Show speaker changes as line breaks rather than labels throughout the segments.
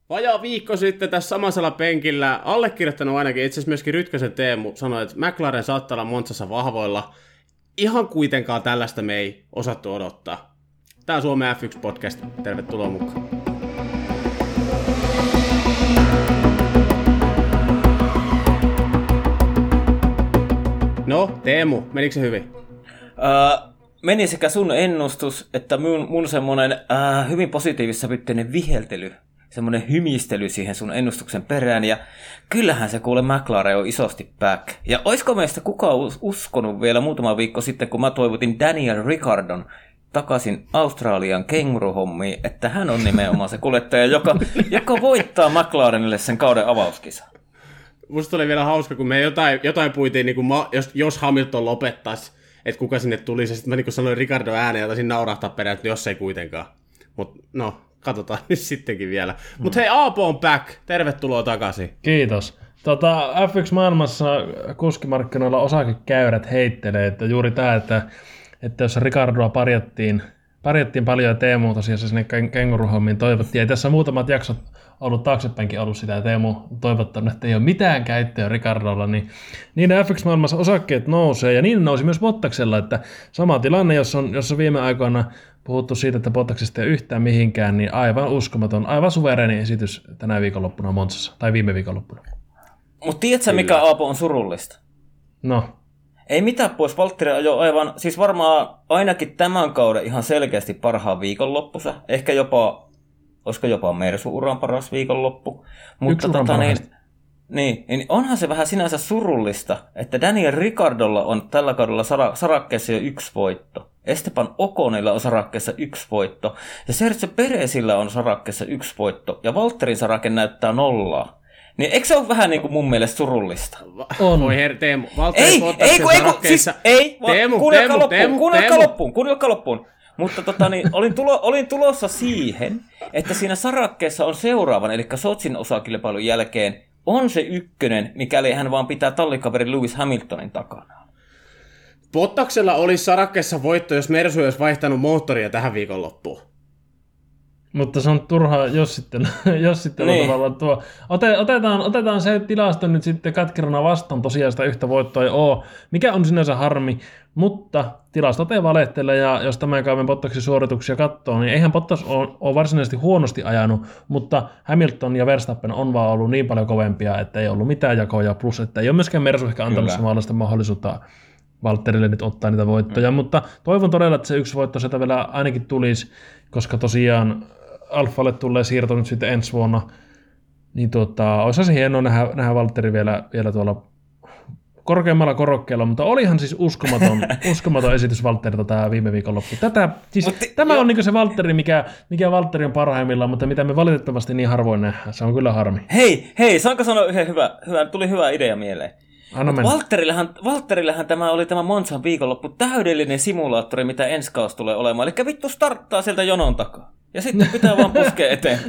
Vajaa viikko sitten tässä samaisella penkillä, allekirjoittanut ainakin, itse asiassa myöskin Rytkösen Teemu sanoi, että McLaren saattaa olla Monzassa vahvoilla. Ihan kuitenkaan tällaista me ei osattu odottaa. Tämä on Suomen F1-podcast. Tervetuloa mukaan. No, Teemu, menikö se hyvin?
Meni sekä sun ennustus, että mun semmoinen hyvin positiivissävytteinen viheltely, semmoinen hymistely siihen sun ennustuksen perään, ja kyllähän se kuule McLaren on isosti back. Ja oisko meistä kukaan uskonut vielä muutama viikko sitten, kun mä toivotin Daniel Ricciardon takaisin Australian kenguruhommiin, että hän on nimenomaan se kuljettaja, joka voittaa McLarenille sen kauden avauskisa.
Musta oli vielä hauska, kun me jotain puitiin, niin jos Hamilton lopettaisi, että kuka sinne tulisi. Sitten mä niin sanoin Ricardo ääneen ja taisin naurahtaa perään, että jos ei kuitenkaan. Mutta no, katsotaan nyt sittenkin vielä. Mutta hei, Aapo on back. Tervetuloa takaisin.
Kiitos. F1-maailmassa kuskimarkkinoilla osakekäyrät heittelee, että juuri tämä, että jos Ricardoa parjattiin paljon ja Teemu tosiaan sinne kenguruhommiin toivottiin. Ja tässä muutamat jaksot ollut taaksepäinkin ollut sitä, ja Teemu toivottanut, että ei ole mitään käyttöä Ricardolla, niin F1-maailmassa osakkeet nousee, ja niin nousi myös Bottaksella, että sama tilanne, jos on viime aikoina puhuttu siitä, että Bottaksesta ei ole yhtään mihinkään, niin aivan uskomaton, aivan suvereeni esitys tänä viikonloppuna Monzassa, tai viime viikonloppuna.
Mutta tiedätkö, mikä Aapo on surullista?
No.
Ei mitään pois, Valtteri ajoi aivan, siis varmaan ainakin tämän kauden ihan selkeästi parhaan viikonloppusa, ehkä olisiko jopa Mersu-uran paras viikonloppu. Mutta niin onhan se vähän sinänsä surullista, että Daniel Ricciardolla on tällä kaudella sarakkeessa jo 1 voitto. Esteban Oconilla on sarakkeessa 1 voitto. Ja Sergio Perezillä on sarakkeessa 1 voitto. Ja Valtterin sarake näyttää 0. Niin eikö se ole vähän niin kuin mun mielestä surullista?
On. Voi Teemu, Valtteri Bottaksen sarakkeissa.
Kuunnelkaa loppuun. Mutta olin tulossa siihen, että siinä sarakkeessa on seuraavan, eli Sotsin osakilpailun jälkeen, on se 1, mikäli hän vaan pitää tallikaveri Lewis Hamiltonin takana.
Bottaksella olisi sarakkeessa voitto, jos Mersu olisi vaihtanut moottoria tähän viikonloppuun.
Mutta se on turhaa, jos sitten niin. Tavallaan tuo. Otetaan se tilasto nyt sitten katkerana vastaan, tosiaan sitä yhtä voittoa ei ole, mikä on sinänsä harmi, mutta tilastot ei valehtele, ja jos tämän kauden Bottaksin suorituksia katsoo, niin eihän Bottas ole varsinaisesti huonosti ajanut, mutta Hamilton ja Verstappen on vaan ollut niin paljon kovempia, että ei ollut mitään jakoja, plus että ei ole myöskään Mersu ehkä antanut samanlaista mahdollisuutta Valtterille nyt ottaa niitä voittoja, mutta toivon todella, että se 1 voitto sieltä vielä ainakin tulisi, koska tosiaan Alfalle tulee siirto nyt sitten ensi vuonna, niin olisi se hienoa nähdä Valtteri vielä tuolla korkeammalla korokkeella, mutta olihan siis uskomaton esitys Valtterilta tämä viime viikonloppu. Tämä on niin se Valtteri, mikä Valtteri on parhaimmillaan, mutta mitä me valitettavasti niin harvoin nähdään. Se on kyllä harmi.
Hei, saanko sanoa yhden tuli hyvä idea mieleen. Valtterillahan tämä oli tämä Monzan viikonloppu täydellinen simulaattori, mitä ensi kausi tulee olemaan. Eli vittu starttaa sieltä jonon takaa. Ja sitten pitää vaan puskea eteen.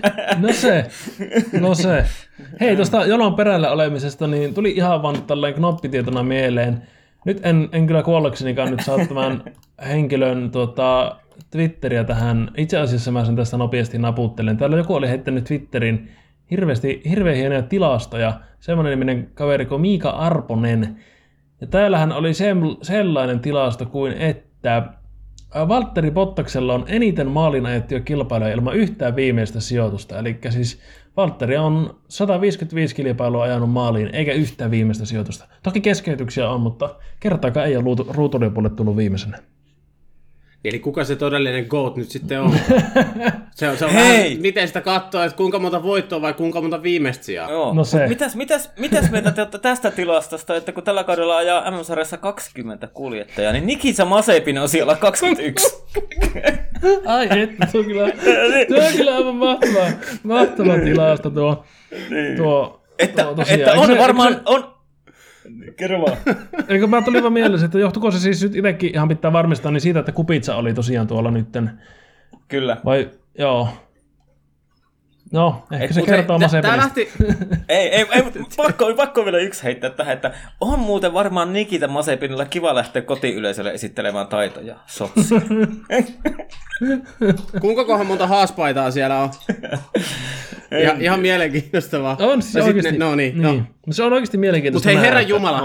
No se. Hei, tuosta jonon perällä olemisesta, niin tuli ihan vaan tällainen knoppitietona mieleen. Nyt en kyllä kuollaksenikaan nyt saa tämän henkilön Twitteriä tähän. Itse asiassa mä sen tästä nopeasti naputtelen. Täällä joku oli heittänyt Twitterin hirveän hienoja tilastoja. Semmoinen niminen kaveri kuin Miika Arponen. Ja täällähän oli sellainen tilasto kuin, että Valtteri Bottaksella on eniten maalin ajettuja kilpailuja ilman yhtään viimeistä sijoitusta. Eli siis Valtteri on 155 kilpailua ajanut maaliin, eikä yhtään viimeistä sijoitusta. Toki keskeytyksiä on, mutta kertaakaan ei ole ruutulipulle tullut viimeisenä.
Eli kuka se todellinen GOAT nyt sitten on? Se on vähän, miten sitä katsoo, että kuinka monta voittoa vai kuinka monta viimeistä sijaa.
Joo. No se. Mitäs mieltä te olette tästä tilastosta, että kun tällä kaudella ajaa MM-sarjassa 20 kuljettajaa, niin Nikita Mazepin on siellä 21.
Ai että, se on kyllä aivan mahtava tilasto tuo.
Että on varmaan... Kerro vaan.
Eikö mä tulin vaan mielessä, että johtuiko se siis nyt itsekin ihan pitää varmistaa niin siitä, että Kubica oli tosiaan tuolla nytten.
Kyllä.
Vai, joo. No, ehkä se kertoo Mazepinista.
Ei, pakko vielä yksi heittää tähän, että on muuten varmaan Nikita Mazepinilla kiva lähteä kotiyleisölle esittelemään taitoja Sotsiin.
Kuinka kohan monta haaspaitaa siellä on? Ihan mielenkiintoistavaa.
On siis oikeasti.
No.
Se on oikeasti mielenkiintoista.
Mutta hei, Herran Jumala.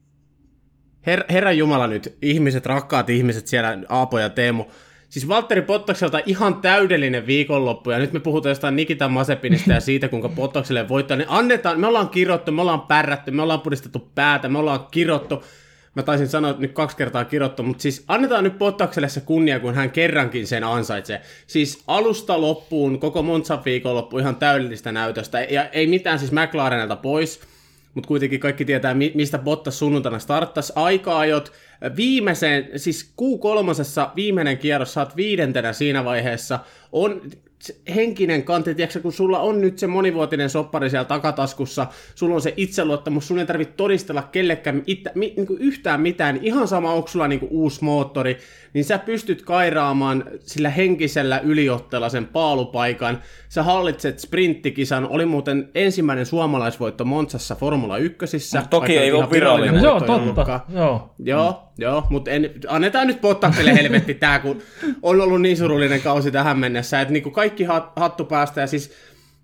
Herran Jumala nyt, ihmiset, rakkaat ihmiset siellä, Aapo ja Teemu. Siis Valtteri Bottakselta ihan täydellinen viikonloppu, ja nyt me puhutaan jostain Nikita Mazepinista ja siitä, kuinka Bottakselle voittaa, niin annetaan, me ollaan kirottu, me ollaan pärrätty, me ollaan pudistettu päätä, me ollaan kirottu. Mä taisin sanoa, että nyt 2 kertaa kirottu, mutta siis annetaan nyt Bottakselle se kunnia, kun hän kerrankin sen ansaitsee. Siis alusta loppuun, koko Monzan viikonloppu ihan täydellistä näytöstä, ja ei mitään siis McLarenilta pois, mutta kuitenkin kaikki tietää, mistä Bottas sunnuntaina starttasi. Aika-ajot viimeiseen, siis Q3 viimeinen kierros, sä oot 5. siinä vaiheessa, on henkinen kanti, tiedätkö, kun sulla on nyt se monivuotinen soppari siellä takataskussa, sulla on se itseluottamus, sun ei tarvitse todistella kellekään yhtään mitään, niin ihan sama, onko sulla niin uusi moottori, niin sä pystyt kairaamaan sillä henkisellä yliotteella sen paalupaikan, sä hallitset sprinttikisan, oli muuten ensimmäinen suomalaisvoitto Monzassa Formula 1:ssä.
Toki ei ole virallinen.
Joo, totta.
Joo, mutta annetaan nyt Bottakselle helvetti tää, kun on ollut niin surullinen kausi tähän mennessä, että niinku kaikki hattu päästä, ja siis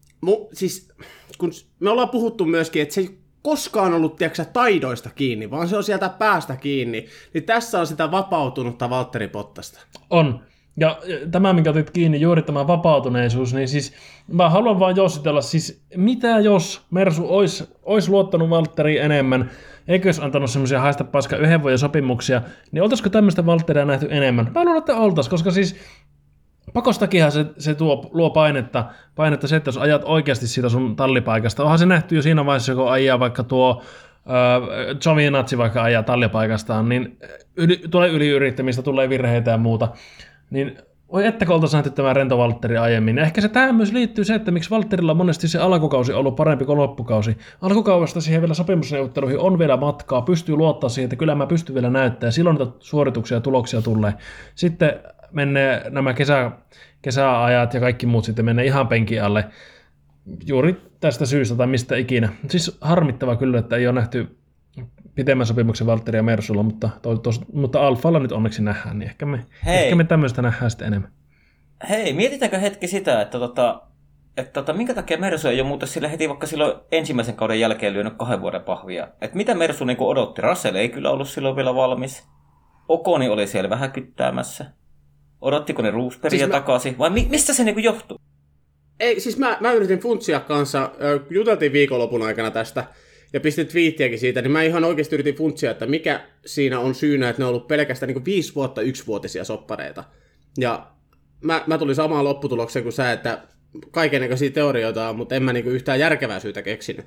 kun me ollaan puhuttu myöskin, että se ei koskaan ollut, tiedätkö, taidoista kiinni, vaan se on sieltä päästä kiinni, niin tässä on sitä vapautunutta Valtteri Bottasta.
On. Ja tämä, minkä otit kiinni, juuri tämä vapautuneisuus, niin siis mä haluan vaan jossitella, siis mitä jos Mersu olisi luottanut Valtteriin enemmän, eikö olisi antanut semmoisia haista paska 1 vuoden sopimuksia, niin oltaisiko tämmöistä Valtteria nähty enemmän? Mä luulen, että oltaisiin, koska siis pakostakinhan se luo painetta se, että jos ajat oikeasti siitä sun tallipaikasta, onhan se nähty jo siinä vaiheessa, kun ajaa vaikka tuo Giovinazzi vaikka ajaa tallipaikastaan, niin tulee yliyrittämistä, tulee virheitä ja muuta, niin oi että kun oltaisiin nähty tämä rento Valtteri aiemmin. Ehkä se tähän myös liittyy se, että miksi Valtterilla on monesti se alkukausi ollut parempi kuin loppukausi. Alkukaudesta siihen vielä sopimusneuvotteluihin on vielä matkaa, pystyy luottaa siihen, että kyllä mä pystyn vielä näyttämään, silloin niitä suorituksia ja tuloksia tulee. Sitten menee nämä kesäajat ja kaikki muut sitten menee ihan penkin alle juuri tästä syystä tai mistä ikinä. Siis harmittava kyllä, että ei ole nähty pitemmän sopimuksen Valtteri ja Mersulla, mutta Alfalla nyt onneksi nähdään, niin ehkä me tämmöistä nähdään sitten enemmän.
Hei, mietitäänkö hetki sitä, että minkä takia Mersu ei ole muuten sille heti vaikka silloin ensimmäisen kauden jälkeen lyönyt 2 vuoden pahvia. Että mitä Mersu niin odotti? Russell ei kyllä ollut silloin vielä valmis. Okoni oli siellä vähän kyttäämässä. Odottiko ne Rosbergia siis takaisin? Vai mistä se niin johtuu?
Ei, siis mä yritin funtsia kanssa, juteltiin viikonlopun aikana tästä, ja pistin twiittiäkin siitä, niin mä ihan oikeasti yritin funtsia, että mikä siinä on syynä, että ne on ollut pelkästään niin 5 vuotta 1-vuotisia soppareita. Ja mä tulin samaan lopputulokseen kuin sä, että kaikennäköisiä teorioita on, mutta en mä niin yhtään järkevää syytä keksinyt.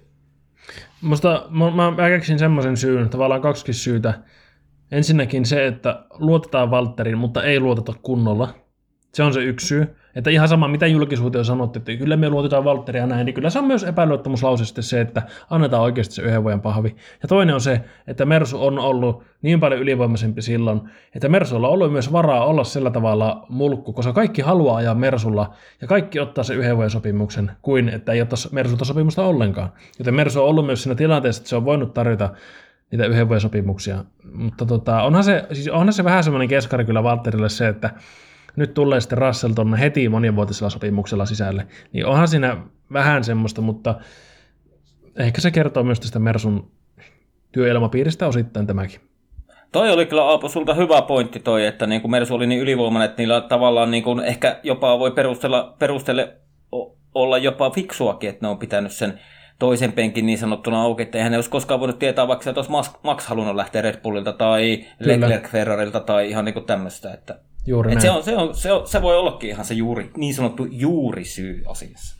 Mä keksin semmoisen syyn, tavallaan 2 syytä. Ensinnäkin se, että luotetaan Valtteriin, mutta ei luoteta kunnolla. Se on se yksi syy. Että ihan sama, mitä julkisuuteen on sanottu, että kyllä me luotetaan Valtteria ja näin, niin kyllä se on myös epäluottamuslause sitten se, että annetaan oikeasti se 1 vuoden pahvi. Ja toinen on se, että Mersu on ollut niin paljon ylivoimaisempi silloin, että Mersulla on ollut myös varaa olla sillä tavalla mulkku, koska kaikki haluaa ajaa Mersulla ja kaikki ottaa se 1 vuoden sopimuksen, kuin että ei ottaisi Mersulta sopimusta ollenkaan. Joten Mersu on ollut myös siinä tilanteessa, että se on voinut tarjota niitä 1 vuoden sopimuksia. Mutta onhan se vähän semmoinen keskari kyllä Valtterille se, että nyt tulee sitten Russell tuonne heti monivuotisella sopimuksella sisälle, niin onhan siinä vähän semmoista, mutta ehkä se kertoo myös tästä Mersun työilmapiiristä osittain tämäkin.
Toi oli kyllä, Aapo, sulta hyvä pointti toi, että niin kuin Mersu oli niin ylivoimainen, että niillä tavallaan niin kuin ehkä jopa voi perustelle olla jopa fiksuakin, että ne on pitänyt sen toisen penkin niin sanottuna auki, että eihän ne olisi koskaan voinut tietää, vaikka että olisi Max halunnut lähteä Red Bullilta tai Leclerc Ferrarilta tai ihan niin kuin tämmöistä, että se voi ollakin ihan se niin sanottu juurisyy asiassa.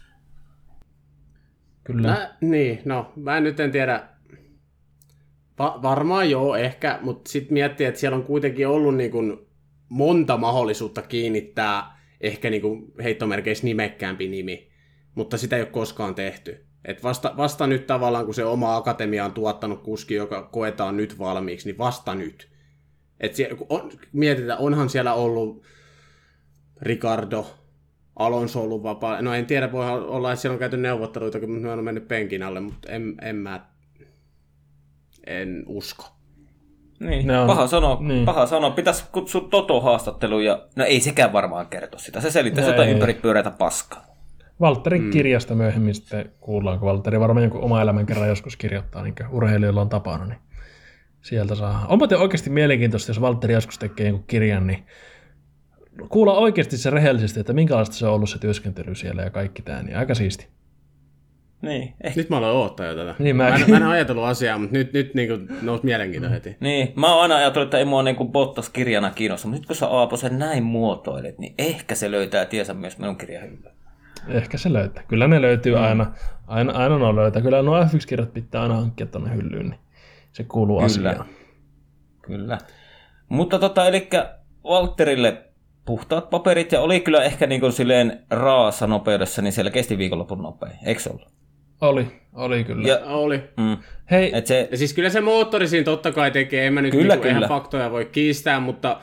Kyllä.
Mä nyt en tiedä. Varmaan joo, ehkä, mutta sitten miettii, että siellä on kuitenkin ollut niin kuin monta mahdollisuutta kiinnittää ehkä niin kuin heittomerkeissä nimekkäämpi nimi, mutta sitä ei ole koskaan tehty. Et vasta nyt tavallaan, kun se oma akatemia on tuottanut kuski, joka koetaan nyt valmiiksi, niin vasta nyt. Mietitään, onhan siellä ollut Ricardo, Alonso ollut vapaa. No en tiedä, voi olla, että siellä on käyty neuvotteluita, kun ne on mennyt penkin alle, mutta en usko.
Niin, paha sanoa. Pitäisi kutsua Toto haastatteluun ja no ei sekään varmaan kertoa sitä. Se selittäisi jotain ympäripyöreitä paskaa.
Valtterin kirjasta myöhemmin sitten kuullaan, kun Valtteri varmaan jonkun oma elämän kerran joskus kirjoittaa, niin kuin urheilijoilla on tapana, niin sieltä saa. Onpa te oikeasti mielenkiintoista, jos Valtteri joskus tekee jonkun kirjan, niin kuulla oikeasti se rehellisesti, että minkälaista se on ollut se työskentely siellä ja kaikki tämä, niin aika siisti.
Niin,
Nyt mä aloin odottaa jo tätä.
Niin,
mä en ajatellut asiaa, mutta nyt niin nousi mielenkiinto heti.
Niin, mä oon aina ajatellut, että ei mua niin Bottas kirjana kiinnosta, mutta nyt kun sä Aapo sen näin muotoilet, niin ehkä se löytää tiensä myös minun kirjahyllyyn.
Ehkä se löytää. Kyllä ne löytyy aina ne löytää. Kyllä nuo F1-kirjat pitää aina hankkia tuonne hyllyyn, niin se kuuluu asiaan.
Kyllä. Mutta eli Valtterille puhtaat paperit, ja oli kyllä ehkä niin kuin silleen raassa nopeudessa, niin selkeästi viikonlopun nopein. Eikö se ollut?
Oli kyllä.
Ja oli.
Hei.
Ja siis kyllä se moottori siinä totta kai tekee, en mä nyt kyllä. Ihan faktoja voi kiistää, mutta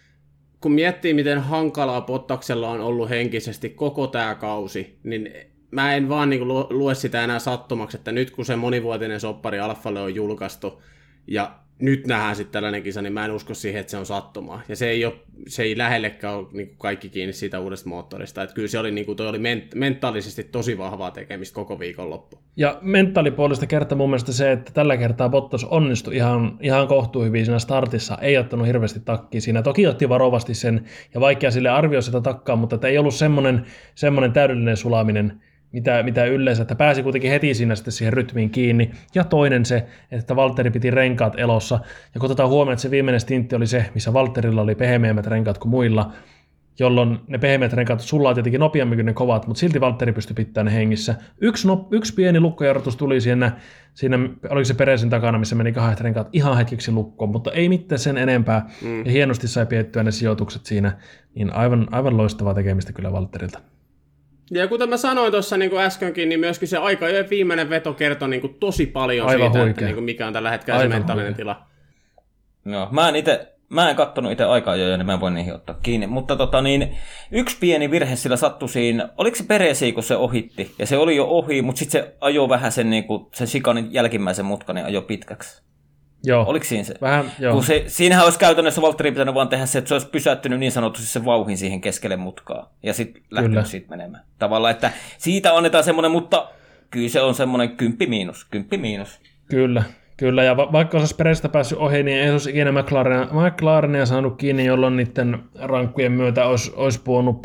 kun miettii, miten hankalaa Bottaksella on ollut henkisesti koko tämä kausi, niin mä en vaan niin lue sitä enää sattumaksi, että nyt kun se monivuotinen soppari Alfalle on julkaistu, ja nyt nähdään sitten tällainen kisa, niin mä en usko siihen, että se on sattumaa. Ja se ei lähellekään ole niin kaikki kiinni siitä uudesta moottorista. Että kyllä se oli, niin toi oli mentaalisesti tosi vahvaa tekemistä koko viikonloppu. Ja
mentaalipuolesta kertoo mun mielestä se, että tällä kertaa Bottas onnistui ihan kohtuuhyvin siinä startissa. Ei ottanut hirveästi takkia siinä. Toki otti varovasti sen ja vaikea sille arvioida sitä takkaa, mutta ei ollut semmoinen täydellinen sulaminen, mitä yleensä, että pääsi kuitenkin heti siinä sitten siihen rytmiin kiinni. Ja toinen se, että Valtteri piti renkaat elossa. Ja kun otetaan huomioon, että se viimeinen stintti oli se, missä Valtterilla oli pehmeämmät renkaat kuin muilla, jolloin ne pehmeät renkaat sulaa tietenkin nopeammin kuin ne kovat, mutta silti Valtteri pystyi pitämään ne hengissä. Yksi pieni lukkojarrutus tuli siinä, oliko se Peresin takana, missä meni 2 renkaat ihan hetkeksi lukkoon, mutta ei mitään sen enempää. Ja hienosti sai piettyä ne sijoitukset siinä, niin aivan loistavaa tekemistä kyllä Valtterilta.
Ja kuten mä sanoin tuossa niin äskenkin, niin myöskin se aikajojen viimeinen veto kertoi niin tosi paljon
aivan
siitä,
huikea.
että niin mikä on tällä hetkellä aivan se mentaalinen tila.
No, mä en kattonut itse aikajoja, niin mä en voi niihin ottaa kiinni. Mutta yksi pieni virhe sillä sattui siinä. Oliko se Peresi, kun se ohitti? Ja se oli jo ohi, mutta sitten se ajoi vähän sen sikanin jälkimmäisen mutkan, niin ajoi pitkäksi.
Joo.
Oliko siinä se?
Vähän, joo.
Kun siinähän olisi käytännössä Valtteri pitänyt vaan tehdä se, että se olisi pysäyttynyt niin sanotusti sen vauhin siihen keskelle mutkaa. Ja sitten lähtenyt siitä menemään. Tavallaan, että siitä annetaan semmoinen, mutta kyllä se on semmoinen 10 miinus.
Kyllä, ja vaikka olisi Perestä päässyt ohi, niin ei olisi ikinä McLarenia saanut kiinni, jolloin niiden rankkujen myötä olisi puhunut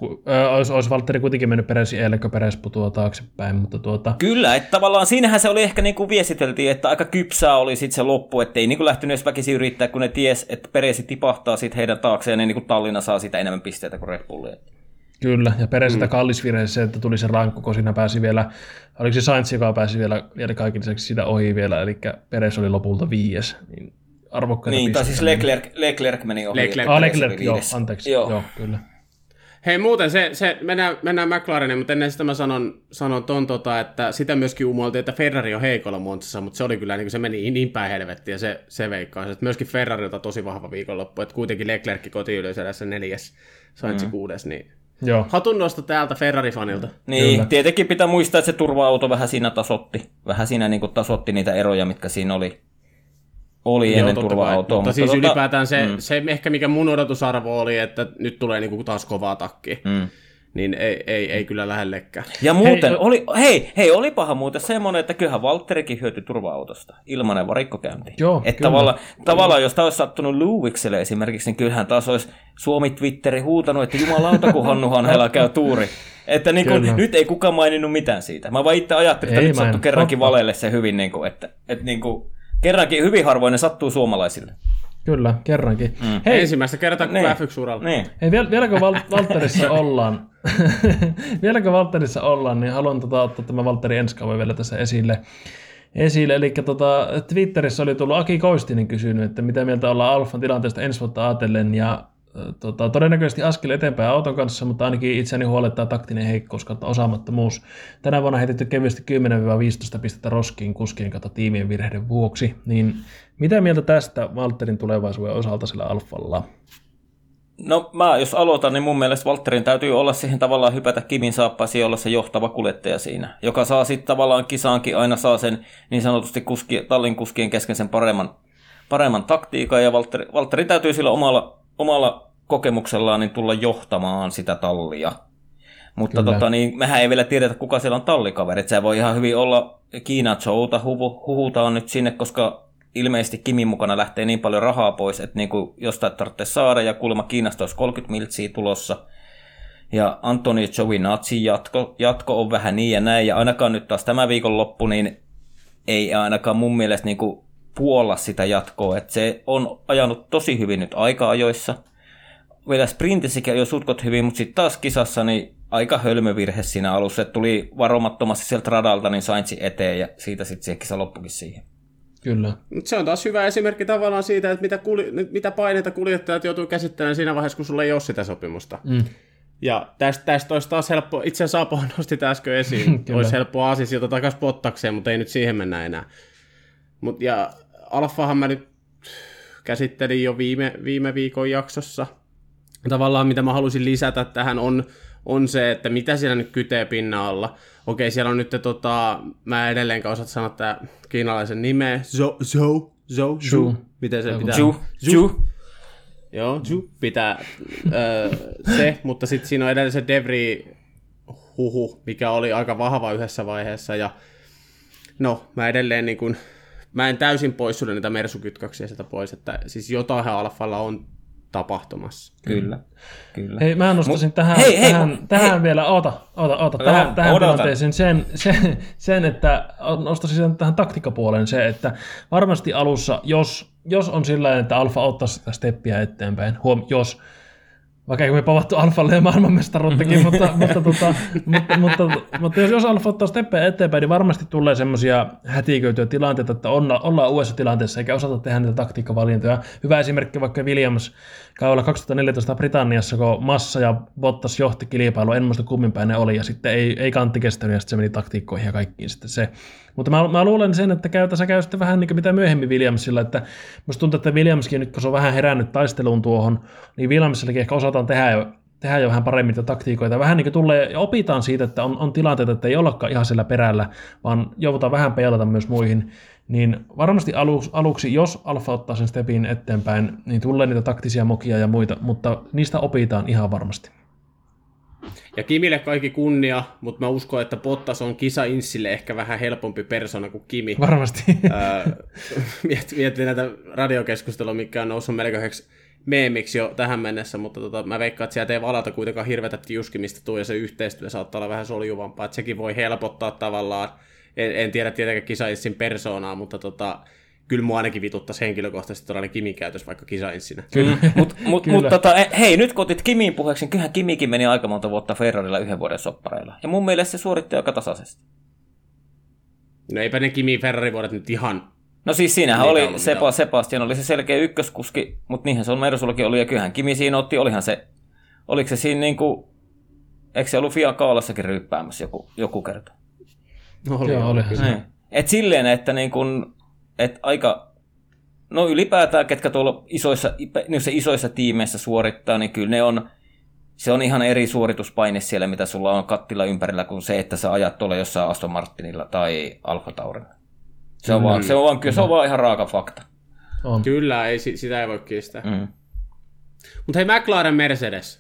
olisi Valtteri kuitenkin mennyt Peresin eelle, kun Peres putoaa taaksepäin. Mutta
Kyllä, että tavallaan siinähän se oli ehkä niin kuin viestiteltiin, että aika kypsää oli sitten se loppu, että ei niin kuin lähtenyt edes väkisin yrittää, kun ne ties, että Peresi tipahtaa sitten heidän taakseen, ja niin kuin Tallinna saa sitä enemmän pisteitä kuin Red Bullia.
Kyllä, ja Peresiltä kallisvirheessä se, että tuli se rankku, kun siinä pääsi vielä, oliko se Sainz, joka pääsi vielä kaiken lisäksi sitä ohi vielä, eli Peres oli lopulta 5. Niin arvokkaita
pisteitä. Tai siis Leclerc meni ohi.
Leclerc, joo, anteeksi. Joo, kyllä.
Hei muuten, mennään McLareniin, mutta ennen sitä mä sanon että sitä myöskin umoiltiin, että Ferrari on heikolla Monzassa, mutta se oli kyllä, niin se meni niin päin helvettiin, ja se veikkaisi, että myöskin Ferrarilta tosi vahva viikonloppu, että kuitenkin Leclerc kotiyleisössä 4, Sainz 6, niin
joo.
Hatunnosto täältä Ferrari-fanilta.
Niin, kyllä. Tietenkin pitää muistaa, että se turva-auto vähän siinä tasoitti niitä eroja, mitkä siinä oli ennen turva-autoa.
Mutta siis ylipäätään se ehkä mikä mun odotusarvo oli, että nyt tulee niinku taas kovaa takkia. Niin ei kyllä lähellekään.
Ja muuten, olipahan muuten semmoinen, että kyllähän Valtterikin hyötyi turva-autosta ilmanen varikkokäynti.
Joo,
että tavallaan jos tämä olisi sattunut Lewikselle esimerkiksi, niin kyllähän taas olisi Suomi-Twitteri huutanut, että jumalauta, kun Hannu Hanhela käy tuuri. Että nyt ei kukaan maininnut mitään siitä. Mä vaan itse ajattelin, että nyt sattui kerrankin Valelle se hyvin, että kerrankin hyvin harvoin ne sattuu suomalaisille.
Kyllä, kerrankin.
Hei, ensimmäistä kertaa kuin F1-uralla.
Hei, vieläkö Valtterissa ollaan? Vieläkö Valtterissa ollaan, niin haluan ottaa tämä Valtteri Enskaava vielä tässä esille. Eli Twitterissä oli tullut Aki Koistinen kysynyt, että mitä mieltä ollaan Alfan tilanteesta ensi vuotta ajatellen, ja todennäköisesti askel eteenpäin auton kanssa, mutta ainakin itseäni huolettaa taktinen heikkous kautta osaamattomuus. Tänä vuonna heitetty kevyesti 10-15 pistettä roskiin kuskien kautta tiimien virheiden vuoksi. Niin mitä mieltä tästä Valtterin tulevaisuuden osalta sillä Alfalla?
No jos aloitan, niin mun mielestä Valtterin täytyy olla siihen tavallaan hypätä Kimin saappaisiin olla se johtava kuljettaja siinä, joka saa sitten tavallaan kisaankin aina saa sen niin sanotusti tallin kuskien kesken sen paremman taktiikan, ja Valtteri täytyy sillä omalla kokemuksellaan niin tulla johtamaan sitä tallia. Mutta niin, mehän ei vielä tiedetä, kuka siellä on tallikaverit. Se voi ihan hyvin olla Kiina Zhouta, huhutaan nyt sinne, koska ilmeisesti Kimin mukana lähtee niin paljon rahaa pois, että niin kuin jostain tarvitsee saada, ja kuulemma Kiinasta olisi 30 miltsiä tulossa. Ja Anthony Giovinazzi jatko on vähän niin ja näin, ja ainakaan nyt taas tämä viikonloppu, niin ei ainakaan mun mielestä niin kuin puolla sitä jatkoa, että se on ajanut tosi hyvin nyt aika-ajoissa. Vielä sprintissäkin ajoi sutkot hyvin, mutta sitten taas kisassa niin aika hölmövirhe siinä alussa, että tuli varomattomasti sieltä radalta niin Sainzin eteen, ja siitä sitten se kisa loppukin siihen.
Kyllä.
Se on taas hyvä esimerkki tavallaan siitä, että mitä paineita kuljettajat joutuu käsittelemään siinä vaiheessa, kun sulla ei ole sitä sopimusta. Ja tästä olisi taas helppo, itse asiassa Apo nosti äsken esiin, olisi helppo aasinsilta takaisin Bottakseen, mutta ei nyt siihen mennä enää. Ja Alfahan mä nyt käsittelin jo viime viikon jaksossa. Tavallaan mitä mä halusin lisätä tähän on se, että mitä siellä nyt kytee pinnan alla. Okei, siellä on nyt mä edelleenkaan osat sanoa tää kiinalaisen nimeä. Zhou. Miten se pitää?
Zhou.
Joo, Zhou pitää se, mutta sitten siinä on edelleen se De Vries huhu, mikä oli aika vahva yhdessä vaiheessa. Ja no, mä edelleen niin kun, mä en täysin poissulje niitä mersukytköksiä sieltä pois, että siis jotain Alfalla on tapahtumassa.
Kyllä.
Hei, mä nostaisin tähän vielä, tähän tilanteeseen sen, että nostaisin sen tähän taktiikkapuoleen se, että varmasti alussa, jos on sillä että Alfa ottaa sitä steppiä eteenpäin, vaikka ei me pavattu Alfalle ja maailmanmestaruuttakin, mutta jos Alfa ottaa steppejä eteenpäin, niin varmasti tulee semmoisia hätiköityjä tilanteita, että ollaan uudessa tilanteessa eikä osata tehdä niitä taktiikkavalintoja. Hyvä esimerkki vaikka Williams kaudella 2014 Britanniassa, kun Massa ja Bottas johti kilpailua, en muista kummin päin ne oli, ja sitten ei kantti kestänyt, ja sitten se meni taktiikkoihin ja kaikkiin sitten se. Mutta mä luulen sen, että käy sitten vähän niin kuin mitä myöhemmin Williamsilla, että musta tuntuu, että Williamskin nyt kun se on vähän herännyt taisteluun tuohon, niin Williamsillakin ehkä osataan tehdä jo vähän paremmin taktiikoita. Vähän niin kuin tulee ja opitaan siitä, että on tilanteita, että ei ollakaan ihan siellä perällä, vaan joudutaan vähän peilata myös muihin. Niin varmasti aluksi, jos Alfa ottaa sen stepin eteenpäin, niin tulee niitä taktisia mokia ja muita, mutta niistä opitaan ihan varmasti.
Ja Kimille kaikki kunnia, mutta mä uskon, että Bottas on kisa-inssille ehkä vähän helpompi persona kuin Kimi.
Varmasti.
Mietin näitä radiokeskustelua, mikä on noussut melkoiseksi meemiksi jo tähän mennessä, mutta mä veikkaan, että sieltä ei valata kuitenkaan hirveätä tiuskimista tuu, ja se yhteistyö saattaa olla vähän soljuvampaa, että sekin voi helpottaa tavallaan. En tiedä tietenkään kisa-inssin persoonaa, mutta kyllä mua ainakin vituttaisi henkilökohtaisesti todella Kimin käytös vaikka kisa-inssinä.
Mutta hei, nyt kun otit Kimin puheeksi, niin kyllähän Kimikin meni aika monta vuotta Ferrarilla 1 vuoden soppareilla. Ja mun mielestä se suoritti aika tasaisesti.
No eipä ne Kimin Ferrari-vuodet nyt ihan...
No siis siinähän oli Sebastian oli se selkeä ykköskuski, mutta niinhän se on Mersullakin oli, ja kyllähän Kimi siinä olihan se, oliko se siinä niinku, eikö se ollut Fian Kaalassakin ryyppäämässä joku kerta?
Olihan se.
Et silleen, että niin kun, et aika, no ylipäätään, ketkä tuolla isoissa tiimeissä suorittaa, niin kyllä se on ihan eri suorituspaine siellä, mitä sulla on kattila ympärillä, kuin se, että sä ajat tuolla jossain Aston Martinilla tai Alfa Taurilla. Se on vaan ihan raaka fakta.
On.
Kyllä, sitä ei voi kiistää. Mutta hei, McLaren Mercedes.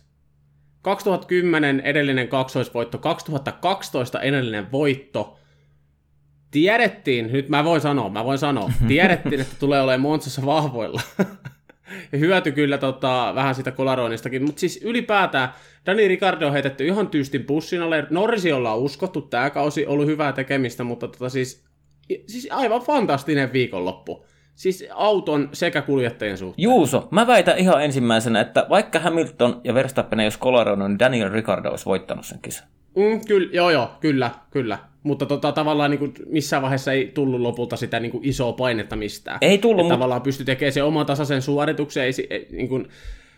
2010 edellinen kaksoisvoitto, 2012 edellinen voitto. Tiedettiin, nyt mä voin sanoa, tiedettiin, että tulee olemaan Monzassa vahvoilla. Ja hyöty kyllä vähän sitä Colaroinistakin, mutta siis ylipäätään Dani Ricciardo on heitetty ihan tyystin pussin alle. Norrisi ollaan uskottu, tämä kausi ollut hyvää tekemistä, mutta siis aivan fantastinen viikonloppu. Siis auton sekä kuljettajien suhteen.
Juuso, mä väitän ihan ensimmäisenä, että vaikka Hamilton ja Verstappen ei olisi Colaroinut, niin Daniel Ricciardo olisi voittanut sen kisan. Kyllä. Mutta tavallaan niin kuin missään vaiheessa ei tullut lopulta sitä niin kuin isoa painetta mistään. Ei tullut.
Mutta tavallaan pystyi tekemään sen oman tasaisen suorituksen. Niin kuin,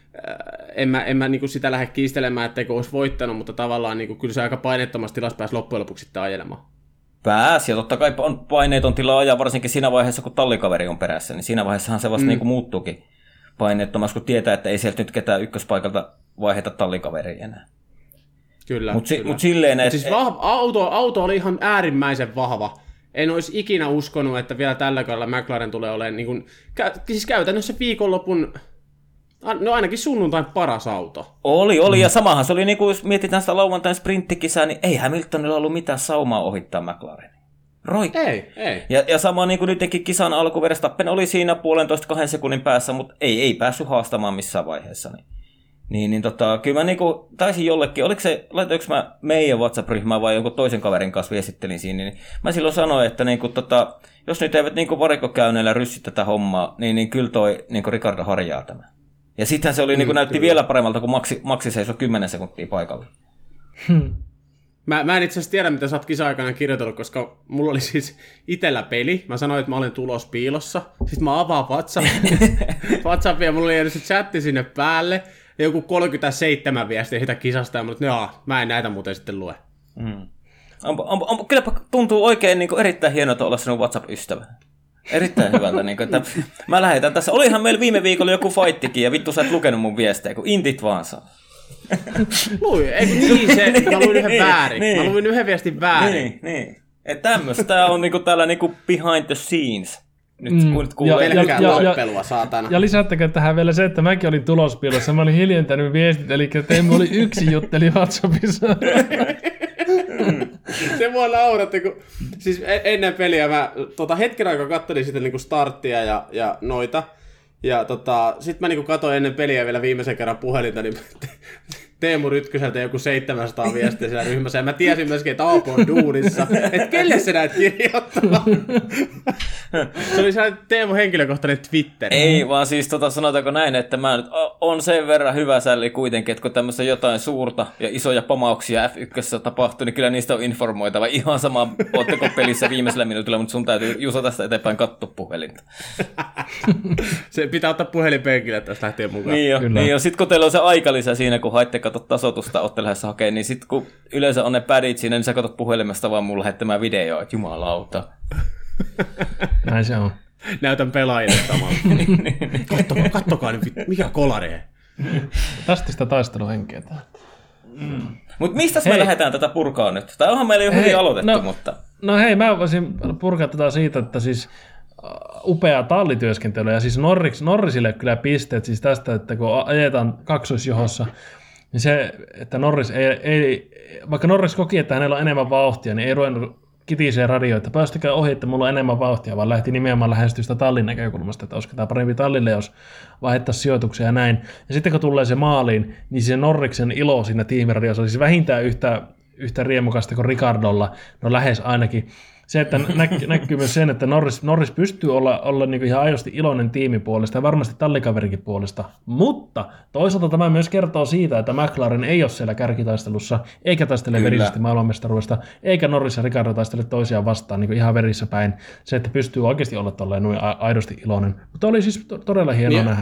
en mä niin kuin sitä lähde kiistelemään, etteikö olisi voittanut, mutta tavallaan niin kuin, kyllä se aika painettomassa tilassa pääsi loppujen lopuksi sitten ajelemaan.
Pääsi, ja totta kai on paineeton tila ajaa, varsinkin siinä vaiheessa, kun tallikaveri on perässä, niin siinä vaiheessahan se vasta niin kuin muuttuukin painettomassa, kun tietää, että ei sieltä nyt ketään ykköspaikalta vaiheta tallikaveriin enää.
Kyllä.
Mutta silleen, että...
Siis auto oli ihan äärimmäisen vahva. En olisi ikinä uskonut, että vielä tällä kaudella McLaren tulee olemaan niin kuin, siis käytännössä viikonlopun No ainakin sunnuntain paras auto.
Oli, ja samahan se oli, niin kuin jos mietitään sitä lauantain sprinttikisää, niin ei Hamiltonilla ollut mitään saumaa ohittaa McLarenia.
Ei.
Ja sama niin kuin nytkin kisan alku, Verstappen oli siinä 1,5-2 sekunnin päässä, mutta ei päässyt haastamaan missään vaiheessa. Niin, kyllä mä niin kuin taisin jollekin, laitoinko mä meidän WhatsApp-ryhmään vai jonkun toisen kaverin kanssa viestittelin siinä, niin mä silloin sanoin, että niin kuin, jos nyt eivät niin kuin varikkokäynneillä ryssi tätä hommaa, niin kyllä toi niin kuin Ricardo harjaa tämä. Ja sittenhän se oli, niin kuin näytti vielä paremmalta, kun Maxi seisoi 10 sekuntia paikalla.
Mä en itse asiassa tiedä, mitä sä oot kisa-aikana kirjoitellut, koska mulla oli siis itellä peli. Mä sanoin, että mä olen tulos piilossa. Sitten mä avaan WhatsAppia ja mulla oli edes se chatti sinne päälle. Ja joku 37 viestiä sitä kisasta. Ja mä en näitä muuten sitten lue.
Kylläpä tuntuu oikein niin kuin erittäin hienolta olla sinun WhatsApp-ystävä. Erittäin hyvältä. Niin kuin, että mä lähetän tässä. Olihan meillä viime viikolla joku fightikin ja vittu sä et lukenut mun viestejä, kun intit vaan saa.
Mä luin yhden väärin. Mä luin yhden viestin väärin.
Niin. Että tämmöistä. Tää on niinku täällä niinku behind the scenes. Nyt kuulee
pelkkää loppelua, saatana.
Ja lisättäkö tähän vielä se, että mäkin olin tulospiilossa. Mä olin hiljentänyt viestit, eli Teemu oli yksin jutteli WhatsAppissa.
Se mua nauratti, kun siis ennen peliä mä hetken aikaa kattelin sitten niinku starttia ja noita. Ja sit mä niinku katsoin ennen peliä vielä viimeisen kerran puhelinta, niin Teemu Rytköseltä joku 700 viestiä siellä ryhmässä. Ja mä tiesin myöskin, että Aapo on duunissa. Että kelle se näet kirjoittaa? Se oli sellainen Teemu henkilökohtainen Twitter.
Ei, vaan siis sanotaanko näin, että mä nyt on sen verran hyvä sälli kuitenkin, että kun tämmöistä jotain suurta ja isoja pamauksia F1 tapahtuu, niin kyllä niistä on informoitava. Ihan sama, ootteko pelissä viimeisellä minuutilla, mutta sun täytyy Juuso tästä eteenpäin katsoa puhelinta.
Se pitää ottaa puhelinpenkille, että tästä lähtee mukaan.
Niin jo. Sitten kun teillä on se aikalisä siinä, kun haitte katsot tasoitusta, ootte lähdössä hakemaan, niin sitten kun yleensä on ne padit siinä, niin sä katsot puhelimesta vaan mun lähettämään videoa, että jumalauta.
Näin se on.
Näytän pelaajille samalla. Kattokaa nyt, mikä kolari.
Tästä sitä taisteluhenkeä.
Mutta mistä me lähdetään tätä purkaa nyt? Tai onhan meillä jo hyvin aloitettu, mutta...
No hei, mä voisin purkaa tätä siitä, että siis upea tallityöskentely, ja siis Norrisille kyllä pisteet siis tästä, että kun ajetaan kaksoisjohossa, niin se, että Norris ei vaikka Norris koki, että hänellä on enemmän vauhtia, niin ei ruvennut kitiseen radioon, että päästäkää ohi, että mulla on enemmän vauhtia, vaan lähti nimenomaan lähestystä tallin näkökulmasta, että olisiko tämä parempi tallille, jos vaihdettaisiin sijoituksia ja näin. Ja sitten kun tulee se maaliin, niin se Norriksen ilo siinä tiimiradiossa olisi vähintään yhtä riemukasta kuin Ricardolla, no lähes ainakin. Se, että näkyy myös sen, että Norris pystyy olla niin kuin ihan aidosti iloinen tiimin puolesta ja varmasti tallikaverikin puolesta, mutta toisaalta tämä myös kertoo siitä, että McLaren ei ole siellä kärkitaistelussa, eikä taistele verisesti maailmanmestaruudesta, eikä Norris ja Ricardo taistele toisiaan vastaan niin kuin ihan verissä päin. Se, että pystyy oikeasti olla tolleen noin aidosti iloinen. Mutta oli siis todella hienoa nähdä.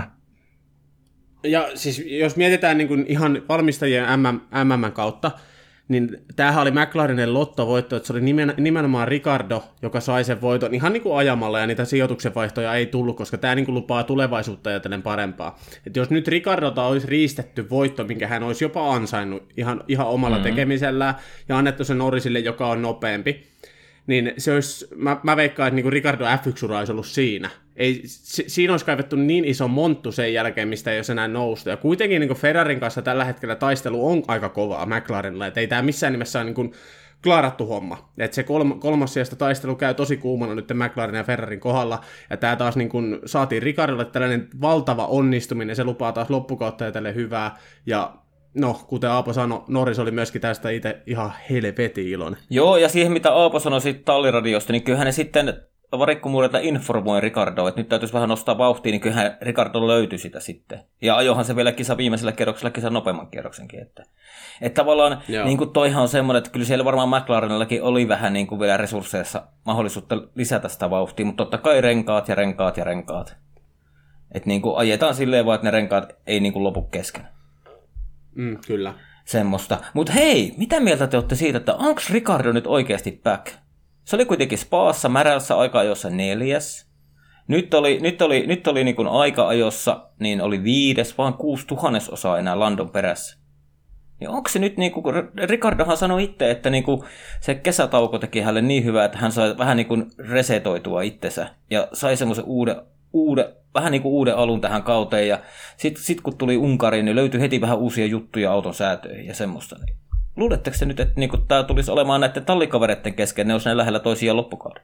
Ja siis jos mietitään niin kuin ihan valmistajien MM kautta, niin tämähän oli McLarenin lottovoitto, että se oli nimenomaan Ricardo, joka sai sen voiton ihan niin kuin ajamalla, ja niitä sijoituksenvaihtoja ei tullut, koska tämä niin kuin lupaa tulevaisuutta ajatellen parempaa. Että jos nyt Ricardolta olisi riistetty voitto, minkä hän olisi jopa ansainnut ihan omalla tekemisellään, ja annettu sen Norrisille, joka on nopeampi, niin se olisi, mä veikkaan, että niin kuin Ricardo F1-ura olisi ollut siinä. Siinä olisi kaivettu niin iso monttu sen jälkeen, mistä ei olisi enää noustu. Ja kuitenkin niin kuin Ferrarin kanssa tällä hetkellä taistelu on aika kovaa McLarenilla, että ei tämä missään nimessä ole niin kuin klaarattu homma. Että se kolmas sijasta taistelu käy tosi kuumana nyt McLaren ja Ferrarin kohdalla, ja tämä taas niin kuin saatiin Ricardolle tällainen valtava onnistuminen, se lupaa taas loppukautta ja tälle hyvää, ja no, kuten Aapo sanoi, Norris oli myöskin tästä itse ihan helvetin iloinen.
Joo, ja siihen mitä Aapo sanoi siitä talliradiosta, niin kyllähän ne sitten varikkomuudelta informoi Ricardoa, että nyt täytyisi vähän nostaa vauhtia, niin kyllähän Ricardo löytyi sitä sitten. Ja ajohan se vielä viimeisellä kierroksella kisan nopeamman kierroksenkin. Että tavallaan niin kuin toihan on semmoinen, että kyllä siellä varmaan McLarenillakin oli vähän niin kuin vielä resursseissa mahdollisuutta lisätä sitä vauhtia, mutta totta kai renkaat. Että niin kuin ajetaan silleen vaan, että ne renkaat ei niin kuin lopu kesken.
Kyllä.
Semmoista. Mutta hei, mitä mieltä te olette siitä, että onko Ricardo nyt oikeasti back? Se oli kuitenkin Spaassa märässä aika-ajossa 4. Nyt oli niin kuin aika-ajossa, niin oli 5, vaan 6/1000 enää Landon perässä. Niin onko se nyt, niin kuin, Ricardohan sanoi itse, että niin kuin se kesätauko teki hänelle niin hyvää, että hän sai vähän niin kuin resetoitua itsensä ja sai semmoisen vähän niin kuin uuden alun tähän kauteen, ja sitten kun tuli Unkariin, niin löytyi heti vähän uusia juttuja auton säätöihin ja semmoista. Niin luuletteko se nyt, että niin tämä tulisi olemaan näiden tallikavereiden kesken, ne olisi näin lähellä toisiaan loppukauden?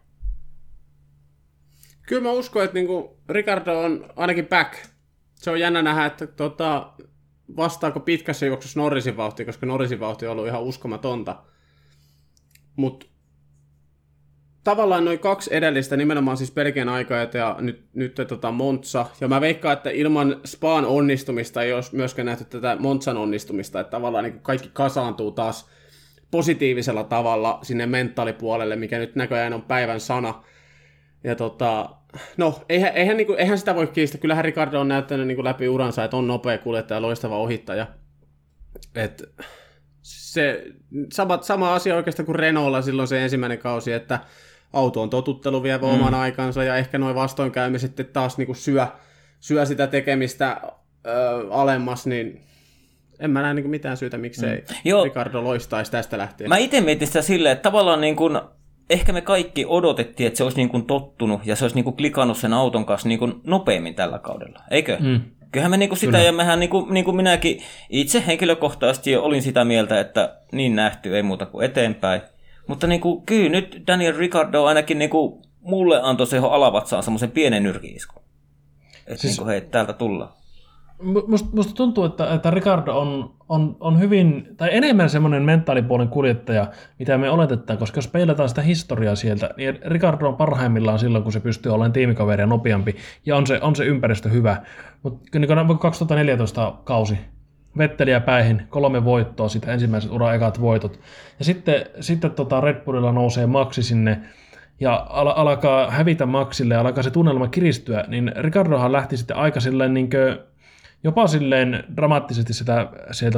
Kyllä mä uskon, että niinku Ricardo on ainakin back. Se on jännä nähdä, että vastaako pitkässä juoksussa Norrisin vauhtia, koska Norrisin vauhti on ollut ihan uskomatonta. Mutta tavallaan noin 2 edellistä, nimenomaan siis Belgian aikajat ja nyt Monza. Ja mä veikkaan, että ilman Span onnistumista ei olisi myöskään nähty tätä Monzan onnistumista. Että tavallaan niin kaikki kasaantuu taas positiivisella tavalla sinne mentaalipuolelle, mikä nyt näköjään on päivän sana. Ja no, eihän sitä voi kiistää. Kyllähän Ricardo on näyttänyt niin kuin läpi uransa, että on nopea kuljettaja, loistava ohittaja. Et se sama asia oikeastaan kuin Renaultlla silloin se ensimmäinen kausi, että auto on totuttelu vievä oman aikansa, ja ehkä noin vastoinkäymiset sitten taas niin kuin syö sitä tekemistä alemmas, niin en mä näe niin kuin mitään syytä, miksei Ricardo loistaisi tästä lähtien.
Mä itse mietin sitä silleen, että tavallaan niin kuin ehkä me kaikki odotettiin, että se olisi niin kuin tottunut ja se olisi niin kuin klikannut sen auton kanssa niin kuin nopeammin tällä kaudella, eikö? Kyllähän me niin kuin sitä, ja mehän niin kuin minäkin itse henkilökohtaisesti olin sitä mieltä, että niin nähty, ei muuta kuin eteenpäin. Mutta niin kuin, kyllä nyt Daniel Ricciardo ainakin niin kuin mulle antoi se alavatsaan semmoisen pienen nyrki-iskun. Että siis, niin kuin, hei, täältä tullaan.
Musta tuntuu, että Ricciardo on hyvin, tai enemmän semmoinen mentaalipuolen kuljettaja, mitä me oletetaan, koska jos peilataan sitä historiaa sieltä, niin Ricciardo on parhaimmillaan silloin, kun se pystyy olemaan tiimikaveria nopeampi, ja on se ympäristö hyvä. Mutta niin 2014 kausi, Vetteliä päihin, 3 voittoa, sitten ensimmäiset ekat voitot, ja sitten Red Bullilla nousee Maxi sinne, ja alkaa hävitä Maxille, ja alkaa se tunnelma kiristyä, niin Ricciardohan lähti sitten aika silleen jopa silleen dramaattisesti sieltä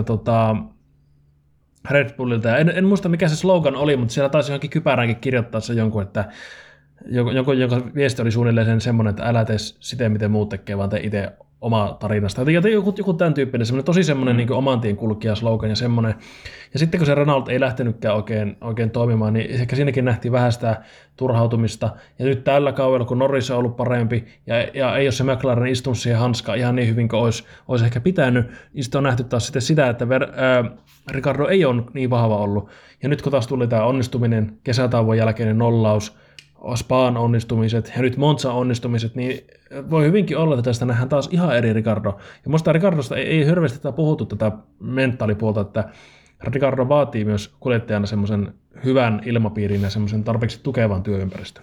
Red Bullilta. Ja en muista, mikä se slogan oli, mutta siellä taisi johonkin kypäräänkin kirjoittaa se jonkun, että jonka viesti oli suunnilleen semmoinen, että älä tee sitä, miten muut tekee, vaan tee itse oma tarinasta. Joku tämän tyyppinen, semmoinen tosi semmoinen niin oman tien kulkija slogan ja semmoinen. Ja sitten kun se Renault ei lähtenytkään oikein toimimaan, niin ehkä siinäkin nähtiin vähän sitä turhautumista. Ja nyt tällä kaudella, kun Norris on ollut parempi ja ei ole se McLaren istunut siihen hanskaan ihan niin hyvin kuin olisi ehkä pitänyt, niin sitten on nähty taas sitä, että Ricardo ei ole niin vahva ollut. Ja nyt kun taas tuli tämä onnistuminen, kesätauon jälkeinen nollaus, Span onnistumiset ja nyt Monza onnistumiset, niin voi hyvinkin olla, että tästä nähdään taas ihan eri Ricardo. Ja musta Ricardosta ei hirveästi puhuttu tätä mentaalipuolta, että Ricardo vaatii myös kuljettajana semmoisen hyvän ilmapiirin ja semmoisen tarpeeksi tukevan työympäristön.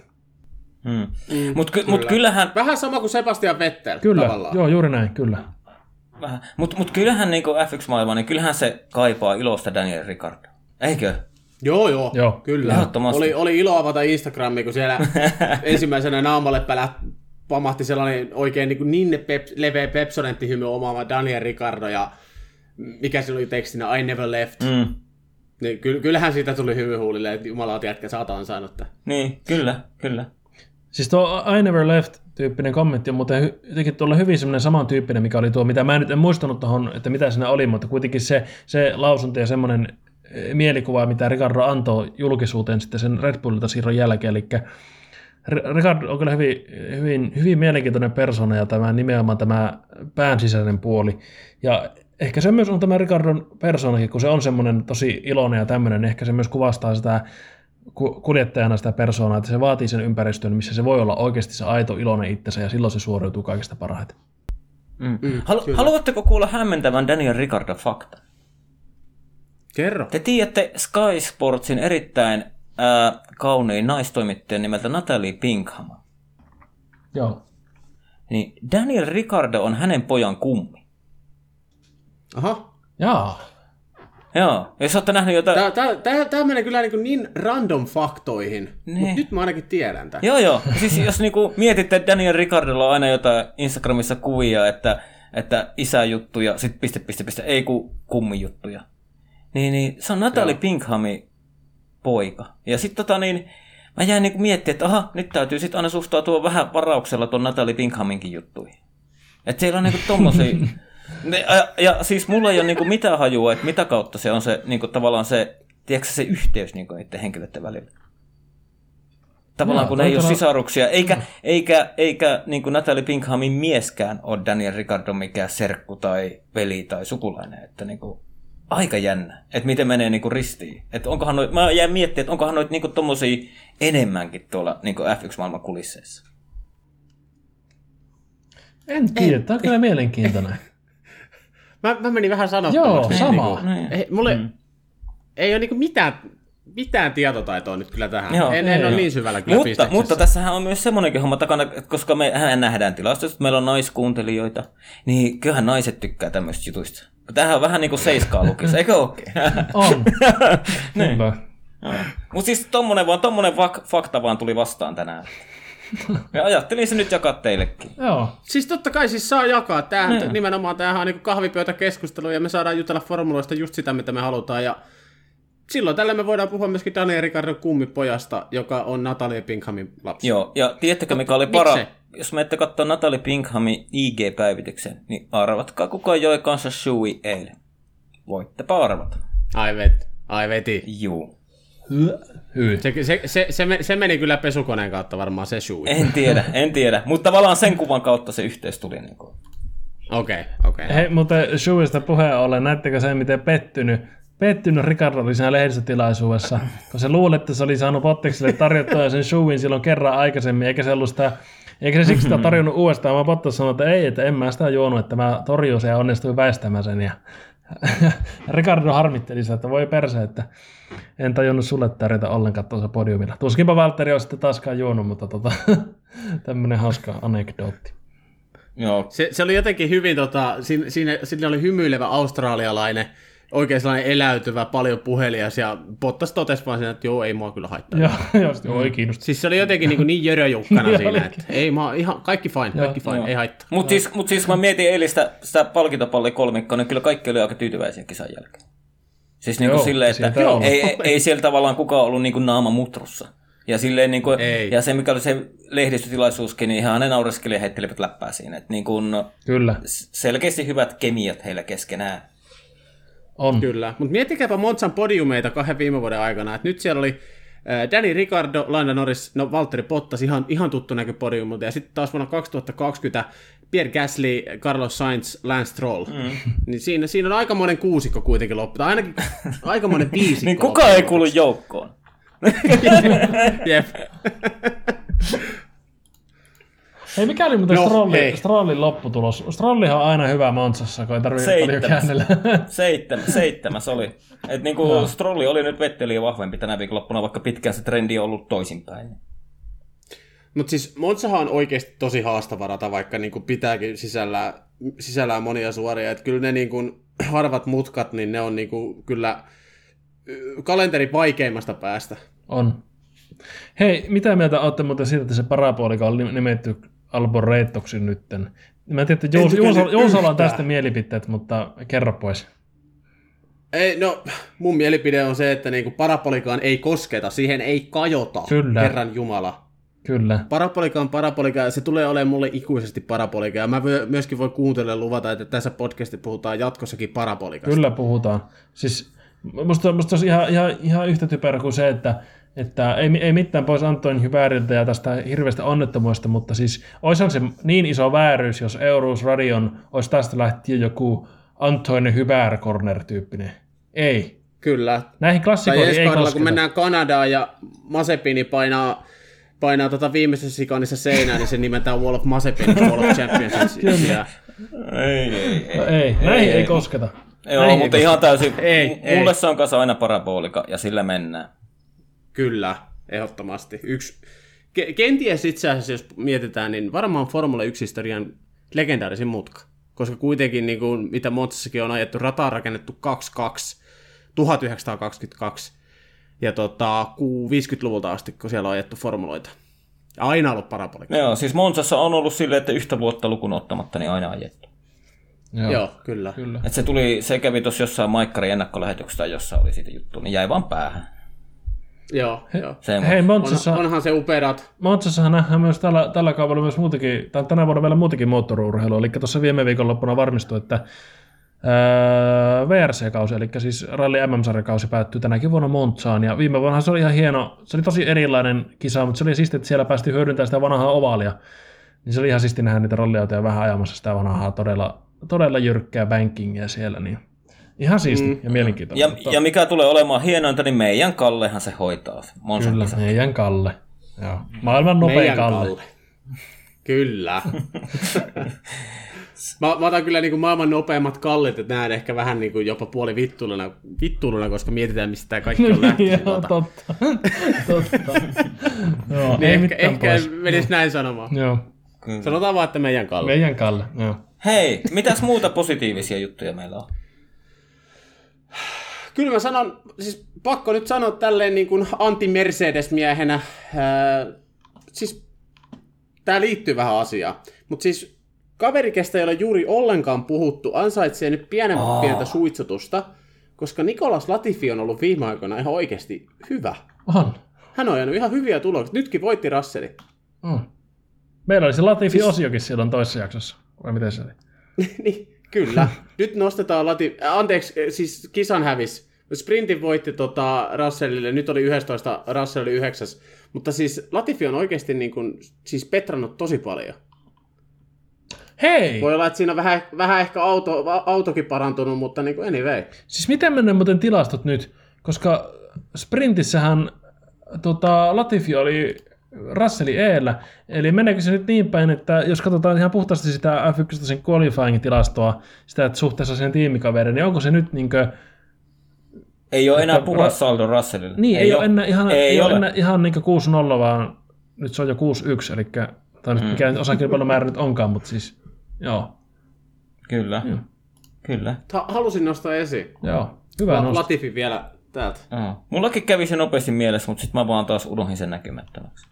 Mut kyllähän...
Vähän sama kuin Sebastian Vettel
kyllä,
tavallaan.
Joo, juuri näin, kyllä.
Mut kyllähän niin F1-maailma, niin kyllähän se kaipaa ilosta Daniel Ricciardo. Eikö?
Joo, kyllä. Oli ilo avata Instagramia, kun siellä ensimmäisenä naamaleppälä pamahti sellainen oikein niin leveä Pepsodenttihymy omaava Daniel Ricciardo, ja mikä se oli tekstinä, I never left. Niin, kyllähän siitä tuli hymyhuulille, että jumalauti jätkä saata on saanut tämän.
Niin, kyllä.
Siis tuo I never left-tyyppinen kommentti on muuten jotenkin tuolla hyvin semmoinen samantyyppinen, mikä oli tuo, mitä mä nyt en muistanut tuohon, että mitä siinä oli, mutta kuitenkin se lausunto ja semmoinen mielikuva, mitä Ricardo antoi julkisuuteen sitten sen Red Bullilta siirron jälkeen, eli Ricardo on kyllä hyvin mielenkiintoinen persona ja nimenomaan tämä pään sisäinen puoli, ja ehkä se myös on tämä Ricardon persoonakin, kun se on semmoinen tosi iloinen ja tämmöinen, niin ehkä se myös kuvastaa sitä kuljettajana sitä persoonaa, että se vaatii sen ympäristön, missä se voi olla oikeasti se aito iloinen itsensä, ja silloin se suoriutuu kaikista parhaiten.
Haluatteko kuulla hämmentävän Daniel Ricciardon fakta?
Kerro.
Te tiedätte Sky Sportsin erittäin kauniin naistoimittajan nimeltä Natalie Pinkham.
Joo.
Niin Daniel Ricciardo on hänen pojan kummi.
Aha.
Joo, jos olette nähnyt jotain...
Tämä menee kyllä niin random faktoihin, mutta nyt mä ainakin tiedän tämän.
Joo. Siis jos niinku mietitte, että Daniel Ricciardolla on aina jotain Instagramissa kuvia, että isäjuttuja, sit piste, ei kummijuttuja. Niin se on Natalie Pinkhamin poika. Ja sitten mä jäin niinku miettimään, että aha, nyt täytyy sitten aina suhtautua vähän varauksella tuon Natalie Pinkhaminkin juttuihin. Että siellä on niinku tommosia... Ja siis mulla ei ole niinku mitään hajua, että mitä kautta se on se niinku tavallaan se, tiedätkö se yhteys niinku niiden henkilöiden välillä. Tavallaan kun ne ei ole sisaruksia, eikä niin kuin Natalie Pinkhamin mieskään ole Daniel Ricciardo mikään serkku tai veli tai sukulainen. Että niin kuin, aika jännä, että miten menee niin kuin ristiin. Että onkohan mä jäin miettimään, että onkohan noita niin kuin tommosia enemmänkin tuolla niin kuin F1-maailman kulisseissa.
En tiedä, tämä on kyllä mielenkiintoinen.
Mä menin vähän sanottavaksi.
Joo, sama.
Mulle ei ole niinku mitään tietotaitoa nyt kyllä tähän.
Joo,
en ole niin syvällä kyllä
mutta tässähän on myös semmoinenkin homma takana, koska mehän nähdään tilastosta, että meillä on naiskuuntelijoita, niin kyllähän naiset tykkää tämmöistä jutuista. Tämähän on vähän niin kuin seiskaa lukissa, eikö ookin?
On.
Niin. Mutta siis tommonen fakta vaan tuli vastaan tänään. Ja ajattelin se nyt jakaa teillekin.
Joo.
Siis totta kai siis saa jakaa. Nimenomaan tämähän on niin kahvipöytäkeskustelu ja me saadaan jutella formuloista just sitä, mitä me halutaan. Ja silloin tällä me voidaan puhua myöskin Daniel Ricciardon kummipojasta, joka on Natalie Pinkhamin lapsi.
Joo, ja tiedättekö mikä oli jos menette katsoa Natalie Pinkhamin IG-päivityksen, niin arvatkaa kuka joi kanssa shui eilen. Voittepa arvata.
Ai veti.
Juu.
Se meni kyllä pesukoneen kautta varmaan se shui.
En tiedä, mutta tavallaan sen kuvan kautta se yhteys tuli. Niin
Okei.
Hei, mutta shuista puheen ollen, näettekö se, miten pettynyt Ricciardo oli siinä lehdistötilaisuudessa, kun se luuli, että se oli saanut Bottasille tarjottua sen shuin silloin kerran aikaisemmin, eikä se siksi sitä tarjonnut uudestaan, vaan Bottas sanoi, että ei, että en mä sitä juonut, että mä torjuin sen ja onnistuin väistämään sen. Ja Ricciardo harmitteli sitä, että voi perse, että en tajunnut sulle tarjota ollenkaan tuossa podiumilla. Tuskinpa Valtteri on sitten taaskaan juonut, mutta tämmöinen hauska anekdootti.
Joo.
Se oli jotenkin hyvin, siinä oli hymyilevä australialainen, oikein sellainen eläytyvä, paljon puhelias, ja Bottas totesi vaan siinä, että joo, ei mua kyllä haittaa.
Joo, ei kiinnosta.
Siis se oli jotenkin niin jöröjukkana siinä, että ei ihan, kaikki fine, ei haittaa.
Mutta siis mä mietin eilen sitä palkintopallikolmikkoa, niin kyllä kaikki oli aika tyytyväisiä kisan jälkeen. Siis niin kuin silleen, että ei siellä tavallaan kukaan ollut niin kuin naama mutrussa. Ja, silleen, niin kuin, ja se, mikä oli se lehdistötilaisuuskin, niin ihan ne naureskeli ja heittelivät läppää siinä. Että niin kuin,
kyllä.
Selkeästi hyvät kemiat heillä keskenään.
On.
Kyllä, mutta miettikääpä Monzan podiumeita 2 viime vuoden aikana. Et nyt siellä oli Danny Ricciardo, Lando Norris, Valtteri Bottas, ihan tuttu näkö podiumilta. Ja sitten taas vuonna 2020 Pierre Gasly, Carlos Sainz, Lance Stroll. Niin siinä on aikamoinen kuusikko kuitenkin loppu. Tai ainakin aikamoinen viisikko.
Niin kukaan ei kuulu joukkoon.
Jep.
Hei, mikä oli muuten Strollin lopputulos? Strollihan on aina hyvä Monzassa, kun ei tarvitse paljon käännellä.
7 oli. Et niinku Strolli oli nyt Vetteliä vahvempi tänä viikonloppuna, vaikka pitkään se trendi on ollut toisinpäin.
Mutta siis Monzahan on oikeasti tosi haastava rata, vaikka niinku pitääkin sisällään monia suoria. Et kyllä ne niinku harvat mutkat, niin ne on niinku kyllä kalenteri vaikeimmasta päästä.
On. Hei, mitä mieltä olette muuten siitä, että se parabolika on nimetty Alborettoksi nytten? Mä en tiedä, että Juusolla on tästä mielipiteet, mutta kerro pois.
Ei, no, mun mielipide on se, että niinku parabolikaan ei kosketa, siihen ei kajota,
kyllä.
Herran Jumala.
Kyllä.
Parabolika on parabolika ja se tulee olemaan mulle ikuisesti parabolika. Ja mä myöskin voin kuuntelemaan luvata, että tässä podcastissa puhutaan jatkossakin parabolikasta.
Kyllä puhutaan. Siis musta olisi ihan yhtä typerä kuin se, että ei mitään pois Antoine Hubertilta ja tästä hirveästä onnettomuudesta, mutta siis olisihan se niin iso vääryys, jos Eurus Radion olisi tästä lähtien joku Antoine Hubert-corner-tyyppinen. Ei.
Kyllä.
Näihin klassikoihin ei kosketa.
Kun mennään Kanadaan ja Mazepini painaa viimeisessä sikanissa seinään, niin se nimetään Wall of Mazepin, Wall of Champions.
Ei.
Näihin ei kosketa.
Joo, mutta ihan täysin. Mulle se on kanssa aina parabolika ja sillä mennään.
Kyllä, ehdottomasti. Kenties itse asiassa, jos mietitään, niin varmaan Formula 1-historian legendaarisin mutka. Koska kuitenkin, niin kuin, mitä Monzassakin on ajettu, rataa rakennettu 1922. Ja 50-luvulta asti, kun siellä on ajettu formuloita. Aina ollut parabolika.
Joo, siis Monzassa on ollut silleen, että yhtä vuotta lukuun ottamatta, niin aina ajettu.
Joo, kyllä.
Et se kävi tuossa jossain Maikkarin ennakkolähetyksessä, jossa oli siitä juttu, niin jäi vaan päähän.
Joo.
Hei, Monzassa,
onhan se upeat.
Monzassahan nähdään myös tällä kaudella myös muutakin, tai tänä vuonna vielä muutakin moottoriurheilua, eli tuossa viime viikonloppuna varmistui, että VRC-kausi, eli siis Rally MM-sarjakausi päättyi tänäkin vuonna Monzaan, ja viime vuonna se oli ihan hieno, se oli tosi erilainen kisa, mutta se oli siistiä, että siellä päästiin hyödyntämään sitä vanhaa ovaalia, niin se oli ihan siisti nähdä niitä ralliautoja vähän ajamassa sitä vanhaa todella jyrkkää bankingia siellä, niin ihan siisti ja mielenkiintoista.
Ja mikä tulee olemaan hienointa, niin meidän Kallehan se hoitaa.
Kyllä, meidän Kalle. Joo. Maailman nopea Kalle.
Kyllä. Mä otan kyllä niin kuin maailman nopeimmat Kallet, että näen ehkä vähän niin kuin jopa puoli vittuiluna, koska mietitään, mistä tämä kaikki on lähtöisin.
Joo, totta. Joo,
niin ehkä menisi näin sanomaan.
Joo.
Sanotaan vaan, että meidän Kalle.
Meidän Kalle, joo.
Hei, mitäs muuta positiivisia juttuja meillä on?
Kyllä mä sanon, siis pakko nyt sanoa tälleen niin kuin anti-Mercedes-miehenä, siis tää liittyy vähän asiaan, mutta siis kaveri, kestä ei ole juuri ollenkaan puhuttu, ansaitsee nyt pientä suitsutusta, koska Nicolas Latifi on ollut viime aikoina ihan oikeasti hyvä.
On.
Hän on ajanut ihan hyviä tuloksia. Nytkin voitti Russellin.
Meillä oli se Latifi-osiokin silloin toisessa jaksossa. Vai miten se oli?
Niin, kyllä. Nyt nostetaan siis kisan hävis. Sprintin voitti Russellille, nyt oli 11, Russell oli 9. Mutta siis Latifi on oikeasti niin kuin, siis petrannut tosi paljon.
Hei!
Voi olla, että siinä on vähän ehkä autokin parantunut, mutta niin kuin anyway.
Siis miten mennään muuten tilastot nyt? Koska sprintissähän Latifi oli Russellin eellä. Eli meneekö se nyt niin päin, että jos katsotaan ihan puhtaasti sitä F1 qualifying-tilastoa, sitä että suhteessa sen tiimikaveriin, niin onko se nyt niinkö...
Ei ole enää puhua saldo Russellille.
Niin, ei ole enää ihan niin 6-0, vaan nyt se on jo 6-1, eli tai mikä osakilpailumäärä nyt onkaan, mutta siis joo.
Kyllä. Kyllä.
Halusin nostaa esiin.
Joo, hyvä nosto.
Latifi vielä täältä.
Mullakin kävi se nopeasti mielessä, mutta sitten mä vaan taas unohin sen näkymättömäksi.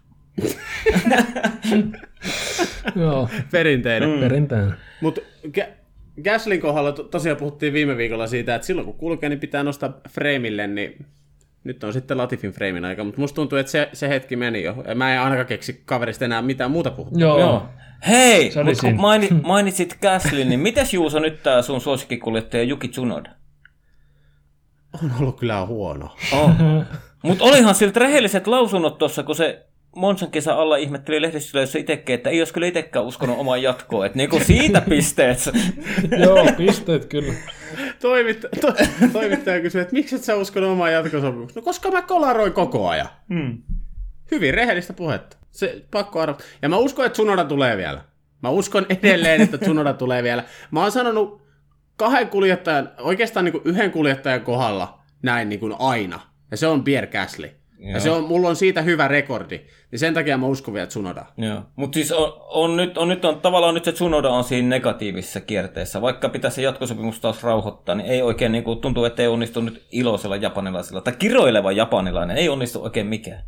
Joo. Perinteinen.
Mutta Gaslyn kohdalla tosiaan puhuttiin viime viikolla siitä, että silloin kun kulkee, niin pitää nostaa freimille, niin nyt on sitten Latifin freimin aika, mutta musta tuntuu, että se hetki meni jo. Mä en ainakaan keksi kaverista enää mitään muuta puhuttua.
Joo. Hei, mutta kun mainitsit Gaslyn, niin mites Juuso nyt tää sun suosikkikuljettaja Yuki Tsunoda?
On ollut kyllä huono.
Mutta olihan siltä rehelliset lausunnot tuossa, kun se Monsan kesän alla ihmetteli lehdistössä itsekin, että ei olisi kyllä itsekään uskonut omaan jatkoon. Että niinku siitä pisteet.
Joo, pisteet kyllä.
Toimittaja kysyi, että miksi et sä uskonut omaan jatkosopimukseen? No koska mä kolaroin koko ajan. Hyvin rehellistä puhetta. Se pakko arvata. Ja mä uskon, että Tsunoda tulee vielä. Mä uskon edelleen, että Tsunoda tulee vielä. Mä oon sanonut oikeastaan niin kuin yhden kuljettajan kohdalla näin niin kuin aina. Ja se on Pierre Gasly. Ja mulla on siitä hyvä rekordi. Niin sen takia mä uskon vielä Tsunoda.
Joo. Mutta siis tavallaan nyt se Tsunoda on siinä negatiivisessa kierteessä. Vaikka pitäisi se jatkosopimus taas rauhoittaa, niin ei oikein niin kuin, tuntuu, että ei onnistu nyt iloisella japanilaisella. Tai kiroileva japanilainen. Ei onnistu oikein mikään.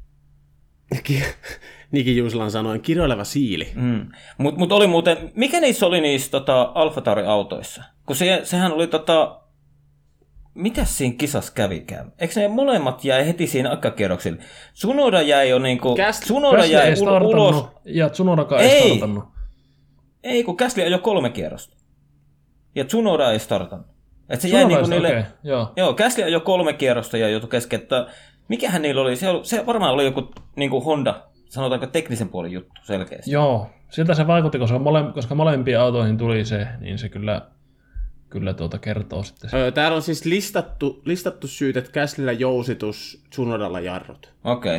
Niki Juuslan sanoen, kiroileva siili.
Mut oli muuten, mikä niissä oli niissä Alfa Tauri-autoissa? Kun sehän oli mitäs siinä kisassa kävikään? Eikö ne molemmat jäi heti siinä akkakierroksille? Tsunoda jäi jo niinku... Tsunoda jäi ulos.
Ja Tsunodakaan ei startannut.
Ei, kun Gasly ajoi 3 kierrosta. Ja Tsunoda ei startannut. Et se jäi niinku niille...
Okay,
joo, Gasly ajoi 3 kierrosta ja joutui kesken, että... Mikähän niillä oli? Se varmaan oli joku niinku Honda, sanotaanko teknisen puolen juttu selkeästi.
Joo, siltä se vaikutti, koska molempiin autoihin tuli se, niin se kyllä kertoo sitten.
Täällä on siis listattu syyt, että Gaslyllä jousitus, Tsunodalla jarrut.
Okei.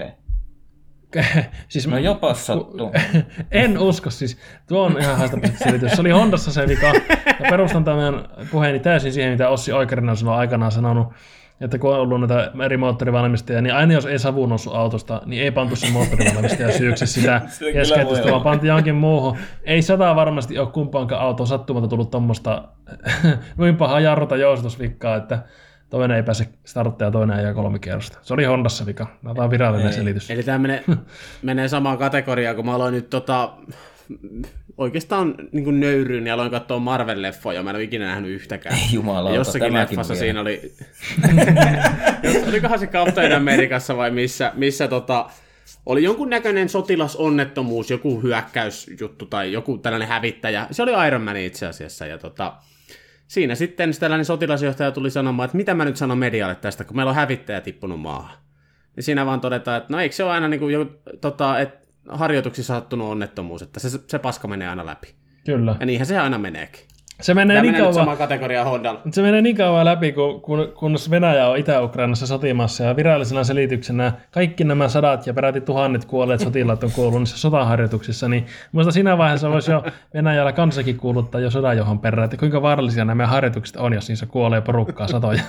Siis
no jopa sattuu.
En usko, siis tuo on ihan haastavasti selitys. Se oli Hondassa se vika, ja perustan tämän puheeni täysin siihen, mitä Ossi Oikerinen on silloin aikanaan sanonut, että kun on ollut näitä eri moottorivalmistajia, niin aina jos ei savu noussut autosta, niin ei pantu se moottorivalmistaja syyksi sitä keskeytystä, vaan pantiin johonkin muuhun. Ei 100 varmasti ole kumpaankaan autoon sattumalta tullut tuommoista noin pahaa jarruta jousitusvikkaa, että toinen ei pääse starttia ja toinen ei jää 3 kierrosta. Se oli Hondassa vika. Tämä on virallinen selitys.
Eli tämä menee samaan kategoriaan, kun mä aloin nyt oikeastaan niin kuin nöyryyn ja aloin katsoa Marvel-leffoja. Mä en ole ikinä nähnyt yhtäkään.
Ei jumalauta,
jossakin leffassa siinä oli... Olikohan se Captain Amerikassa vai missä oli jonkun näköinen sotilasonnettomuus, joku hyökkäysjuttu tai joku tällainen hävittäjä. Se oli Iron Man itse asiassa. Ja siinä sitten tällainen sotilasjohtaja tuli sanomaan, että mitä mä nyt sanon medialle tästä, kun meillä on hävittäjä tippunut maahan. Ja siinä vaan todetaan, että no eikö se ole aina niin kuin, että harjoituksissa sattunut onnettomuus, että se paska menee aina läpi.
Kyllä.
Ja niinhän se aina meneekin.
Se menee niin kauan,
samaan kategoriaan Hondalla.
Se menee niin kauan läpi, kunnes Venäjä on Itä-Ukrainassa sotimassa ja virallisena selityksenä kaikki nämä sadat ja peräti tuhannet kuolleet sotilaat on kuollut niissä sotaharjoituksissa, niin minusta siinä vaiheessa voisi jo Venäjällä kansakin kuuluttaa jo sodanjohon perään, että kuinka vaarallisia nämä harjoitukset on, jos niissä kuolee porukkaa satoja.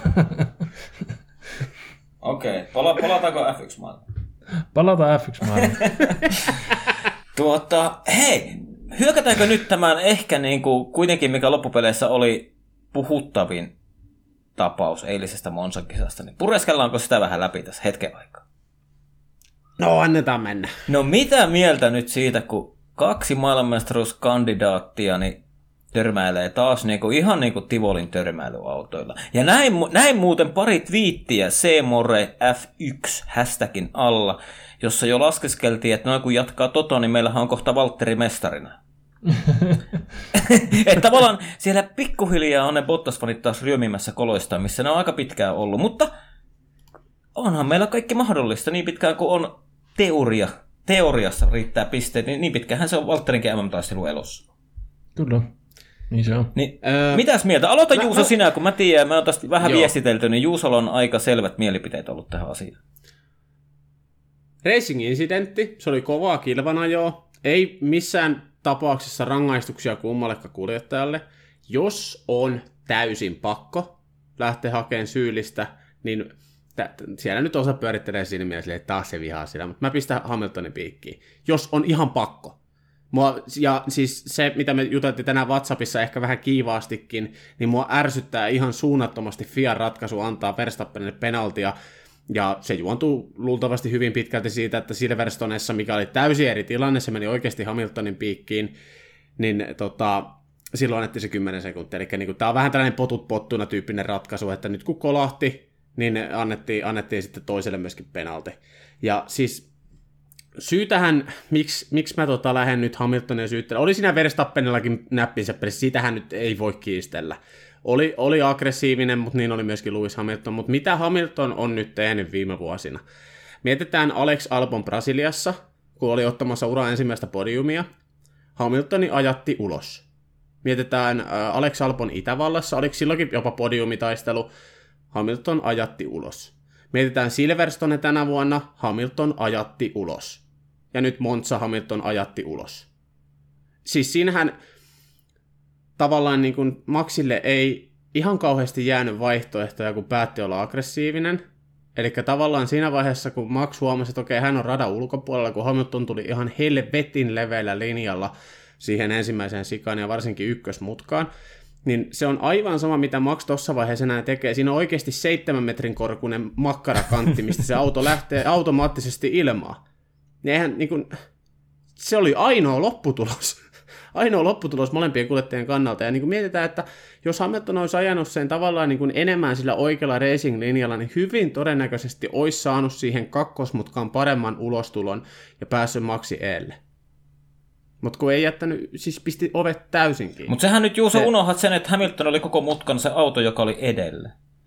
Okei, palataanko F1-maailmaan?
Palataan F1-maailmaan.
Hei, hyökätäänkö nyt tämän ehkä niin kuin, kuitenkin, mikä loppupeleissä oli puhuttavin tapaus eilisestä Monsan kisasta, niin pureskellaanko sitä vähän läpi tässä hetken aikaa?
No, annetaan mennä.
No mitä mieltä nyt siitä, kun 2 maailmanmestaruuskandidaattia niin törmäilee taas niin kuin, ihan niin kuin Tivolin törmäilyautoilla. Ja näin muuten pari twiittiä C-More F1 hashtagin alla, jossa jo laskeskeltiin, että noin kun jatkaa niin meillähän on kohta Valtteri mestarina. Että tavallaan siellä pikkuhiljaa on ne Bottas-fanit taas ryömimässä koloistaan, missä ne on aika pitkään ollut. Mutta onhan meillä kaikki mahdollista niin pitkään kuin on teoriassa riittää pisteet, niin pitkähän se on Valtterinkin MM-taistelu elossa.
Kyllä. Niin se on.
Niin, mitäs mieltä? Aloita Juuso sinä, kun mä tiedän, mä oon tästä vähän viestitelty, niin Juusolla on aika selvät mielipiteet ollut tähän asiaan.
Racing-incidentti, se oli kovaa kilvanajoa, ei missään tapauksessa rangaistuksia kummallekaan kuljettajalle. Jos on täysin pakko lähteä hakemaan syyllistä, niin siellä nyt osa pyörittelee siinä mielessä, että taas se vihaa sitä, mutta mä pistän Hamiltonin piikkiin. Jos on ihan pakko. Ja siis se, mitä me juteltiin tänään WhatsAppissa ehkä vähän kiivaastikin, niin mua ärsyttää ihan suunnattomasti FIAn ratkaisu antaa Verstappenille penaltia, ja se juontuu luultavasti hyvin pitkälti siitä, että Silverstoneessa, mikä oli täysin eri tilanne, se meni oikeasti Hamiltonin piikkiin, niin silloin annettiin se 10 sekuntia. Eli niin tämä on vähän tällainen potut pottuna tyyppinen ratkaisu, että nyt kun kolahti, niin annettiin sitten toiselle myöskin penalti. Ja siis syy tähän, miksi mä lähden nyt Hamiltonia syyttelemään, oli siinä Verstappenillakin näppinsä pelissä, siitähän nyt ei voi kiistellä. Oli aggressiivinen, mutta niin oli myöskin Lewis Hamilton. Mutta mitä Hamilton on nyt tehnyt viime vuosina? Mietitään Alex Albon Brasiliassa, kun oli ottamassa uran ensimmäistä podiumia. Hamiltoni ajatti ulos. Mietitään Alex Albon Itävallassa, oliko silloinkin jopa podiumitaistelu. Hamilton ajatti ulos. Mietitään Silverstone tänä vuonna, Hamilton ajatti ulos. Ja nyt Monza Hamilton ajatti ulos. Siis siinähän tavallaan niin kuin Maxille ei ihan kauheasti jäänyt vaihtoehtoja, kun päätti olla aggressiivinen. Eli tavallaan siinä vaiheessa, kun Max huomasi, että okei, hän on radan ulkopuolella, kun Hamilton tuli ihan helvetin leveällä linjalla siihen ensimmäiseen sikaan ja varsinkin ykkösmutkaan, niin se on aivan sama, mitä Max tuossa vaiheessa enää tekee. Siinä on oikeasti 7 metrin korkuinen makkarakantti, mistä se auto lähtee automaattisesti ilmaan. Eihän, niin kuin, se oli ainoa lopputulos. Ainoa lopputulos molempien kuljettajien kannalta. Ja niin kuin mietitään, että jos Hamilton olisi ajanut sen tavallaan niin kuin enemmän sillä oikealla racing-linjalla, niin hyvin todennäköisesti olisi saanut siihen kakkosmutkaan paremman ulostulon ja päässyt Maxi eelle. Mutta kun ei jättänyt, siis pisti ovet täysin kiinni.
Mutta sehän nyt Juuso unohdat sen, että Hamilton oli koko mutkan se auto, joka oli edellä.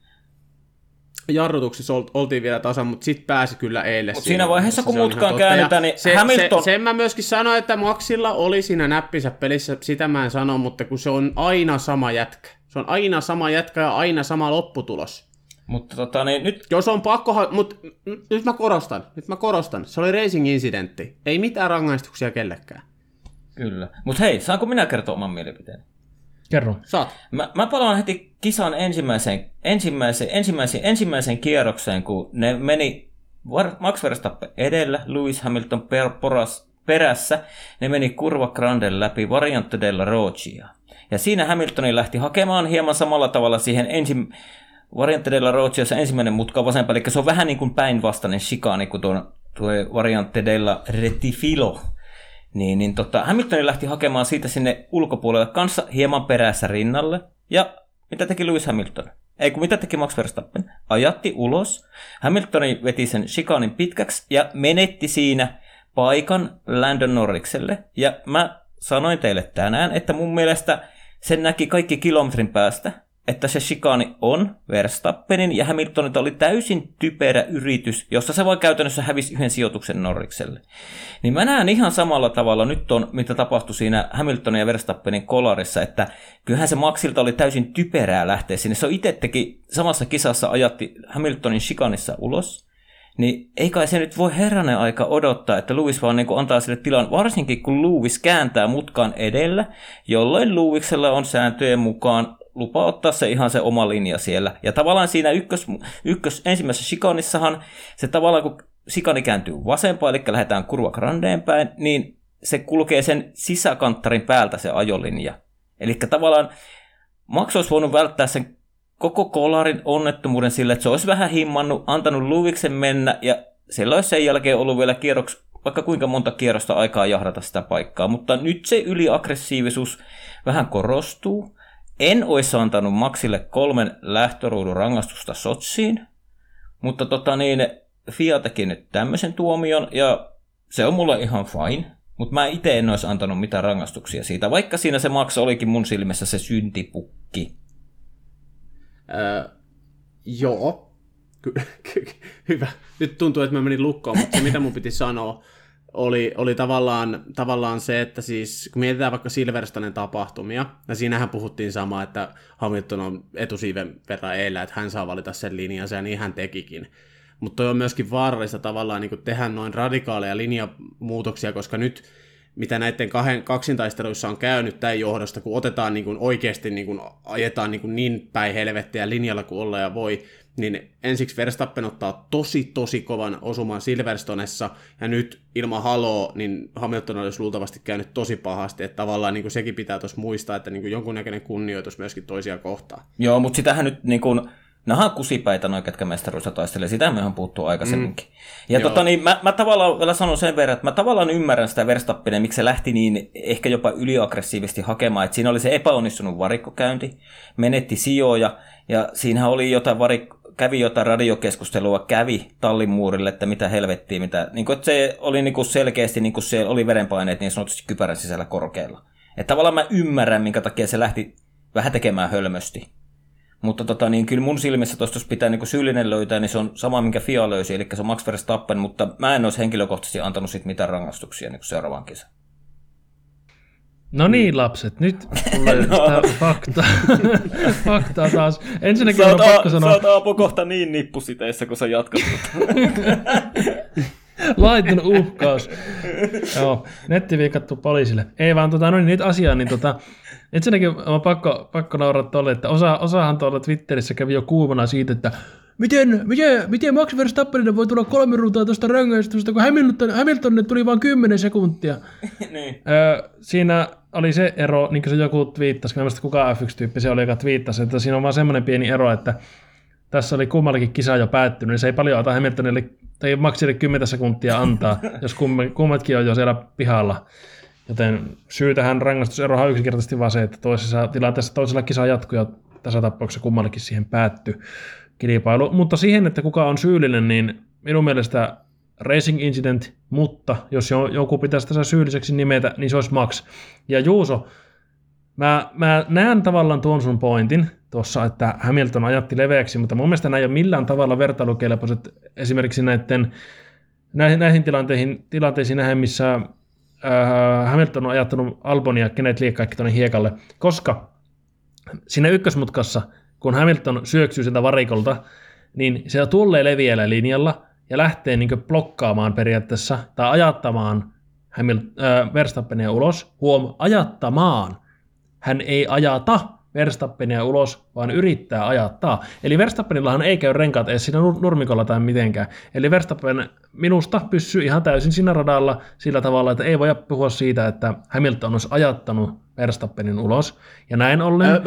Jarrutuksissa oltiin vielä tasan, mutta sitten pääsi kyllä eilen.
Mutta siinä vaiheessa, kun mutkaan käännytään, niin Hamilton...
Sen mä myöskin sanoin, että Maxilla oli siinä näppinsä pelissä, sitä mä en sano, mutta kun se on aina sama jätkä. Se on aina sama jätkä ja aina sama lopputulos.
Mutta niin nyt...
Jos on pakko... Mutta nyt mä korostan. Se oli racing-incidentti. Ei mitään rangaistuksia kellekään.
Kyllä. Mutta hei, saanko minä kertoa oman mielipiteeni?
Kerro.
Saat.
Mä palaan heti kisan ensimmäiseen kierrokseen, kun ne meni Max Verstappen edellä, Lewis Hamilton perässä. Ne meni kurva Granden läpi Variante della Roccia. Ja siinä Hamiltoni lähti hakemaan hieman samalla tavalla siihen Variante della Rocciassa ensimmäinen mutka vasempaan. Eli se on vähän niin kuin päinvastainen chicane kuin tuo Variante della Rettifilo. Hamilton lähti hakemaan siitä sinne ulkopuolelle kanssa hieman perässä rinnalle. Ja mitä teki Lewis Hamilton? Mitä teki Max Verstappen? Ajatti ulos. Hamilton veti sen chikanin pitkäksi ja menetti siinä paikan Lando Norrikselle. Ja mä sanoin teille tänään, että mun mielestä sen näki kaikki kilometrin päästä. että se shikaani on Verstappenin ja Hamiltonilta oli täysin typerä yritys, jossa se vaan käytännössä hävisi yhden sijoituksen Norrikselle. Niin mä näen ihan samalla tavalla nyt on, mitä tapahtui siinä Hamiltonin ja Verstappenin kolarissa, että kyllähän se Maxilta oli täysin typerää lähteä sinne. Se itse teki samassa kisassa ajatti Hamiltonin shikaanissa ulos. Niin ei kai se nyt voi herranen aika odottaa, että Lewis vaan niin antaa sille tilan, varsinkin kun Lewis kääntää mutkaan edellä, jolloin Lewisella on sääntöjen mukaan lupa ottaa se ihan se oma linja siellä. Ja tavallaan siinä ensimmäisessä shikanissahan se tavallaan kun shikani kääntyy vasempaan, eli lähdetään kurva grandeen päin, niin se kulkee sen sisäkanttarin päältä se ajolinja. Eli tavallaan Max olisi voinut välttää sen koko kolarin onnettomuuden sille, että se olisi vähän himmannut, antanut Lewisin mennä, ja sillä olisi sen jälkeen ollut vielä vaikka kuinka monta kierrosta aikaa jahdata sitä paikkaa. Mutta nyt se yliaggressiivisuus vähän korostuu. En olisi antanut Maxille 3 lähtöruudun rangaistusta Sotsiin, mutta FIA teki nyt tämmöisen tuomion, ja se on mulle ihan fine. Mutta mä itse en olisi antanut mitään rangaistuksia siitä, vaikka siinä se Max olikin mun silmissä se syntipukki.
Joo, hyvä. Nyt tuntuu, että mä menin lukkoon, mutta se mitä mun piti sanoa oli tavallaan se, että siis kun mietitään vaikka Silverstonen tapahtumia, ja siinähän puhuttiin samaa, että Hamilton on etusiiven verran eellä, että hän saa valita sen linjansa, ja niin hän tekikin. Mutta toi on myöskin vaarallista tavallaan niin tehdä noin radikaaleja linjamuutoksia, koska nyt mitä näiden kaksintaisteluissa on käynyt tämän johdosta, kun otetaan niin kuin oikeasti niin ajetaan niin päin helvettiä linjalla kuin olla ja voi, niin ensiksi Verstappen ottaa tosi kovan osuman Silverstonessa, ja nyt ilman haloa, niin Hamilton olisi luultavasti käynyt tosi pahasti, että tavallaan niin kuin sekin pitää tuossa muistaa, että niin kuin jonkunnäköinen kunnioitus myöskin toisia kohtaan.
Joo, mutta sitähän nyt niin kuin nämä on kusipäitä noin, ketkä mestaruudessa taistelee. Sitä me on puhuttu aikaisemminkin. Ja mä tavallaan vielä sanon sen verran, että mä tavallaan ymmärrän sitä Verstappenia, miksi se lähti niin ehkä jopa yliaggressiivisesti hakemaan. Että siinä oli se epäonnistunut varikkokäynti, menetti sijoja, ja siinähän oli kävi jotain radiokeskustelua, tallin muurille, että mitä helvettiä, niin kuin, että se oli niin kuin selkeästi, niin kuin se oli verenpaineet niin sanotusti kypärän sisällä korkealla. Että tavallaan mä ymmärrän, minkä takia se lähti vähän tekemään hölmösti. Mutta niin kyllä mun silmissä tuosta, jos pitää niin syyllinen löytää, niin se on sama, minkä FIA löysi, eli se on Max Verstappen, mutta mä en olisi henkilökohtaisesti antanut siitä mitään rangaistuksia niin seuraavaan kisaan.
No niin, lapset, nyt tulee faktaa taas. Ensinnäkin on pakko sanoa...
Sä oot Aapo kohta niin nippusiteissä, kun sä jatkat.
Laiton uhkaus. Joo, netti viikattu poliisille. Ei vaan nyt asiaan, niin ensinnäkin on pakko nauraa tuolle, että osahan tuolla Twitterissä kävi jo kuumana siitä, että miten Max Verstappenille voi tulla 3 ruutua tuosta rangaistusta, kun Hamiltonille tuli vain 10 sekuntia. Niin. Siinä oli se ero, niin kuin se joku twiittasi, kun en muista kuka F1-tyyppi se oli, joka twiittasi, että siinä on vaan semmoinen pieni ero, että tässä oli kummallakin kisa jo päättynyt, niin se ei paljon ota Hamiltonille tai Maxille 10 sekuntia antaa, jos kummatkin on jo siellä pihalla. Joten syy tähän rangaistuseroon on yksinkertaisesti vaan se, että toisessa tilanteessa toisella kisa jatkuu ja tässä tapauksessa kummallakin siihen päättyi kilpailu. Mutta siihen, että kuka on syyllinen, niin minun mielestä racing incident, mutta jos joku pitäisi tässä syylliseksi nimetä, niin se olisi Max. Ja Juuso, mä näen tavallaan tuon sun pointin tuossa, että Hamilton ajatti leveäksi, mutta mun mielestä nämä ei ole millään tavalla vertailukelpoiset esimerkiksi näihin tilanteisiin nähden, missä Hamilton on ajattanut Albonia kenet liekkaikki tuonne hiekalle, koska siinä ykkösmutkassa, kun Hamilton syöksyy sieltä varikolta, niin se tulee leviällä linjalla ja lähtee niin blokkaamaan periaatteessa tai ajattamaan Verstappenia ulos. Ajattamaan. Hän ei ajata Verstappenia ulos, vaan yrittää ajattaa. Eli Verstappenillahan ei käy renkaat edes siinä nurmikolla tai mitenkään. Eli Verstappen minusta pysyy ihan täysin siinä radalla sillä tavalla, että ei voi puhua siitä, että Hamilton olisi ajattanut Verstappenin ulos. Ja näin ollen...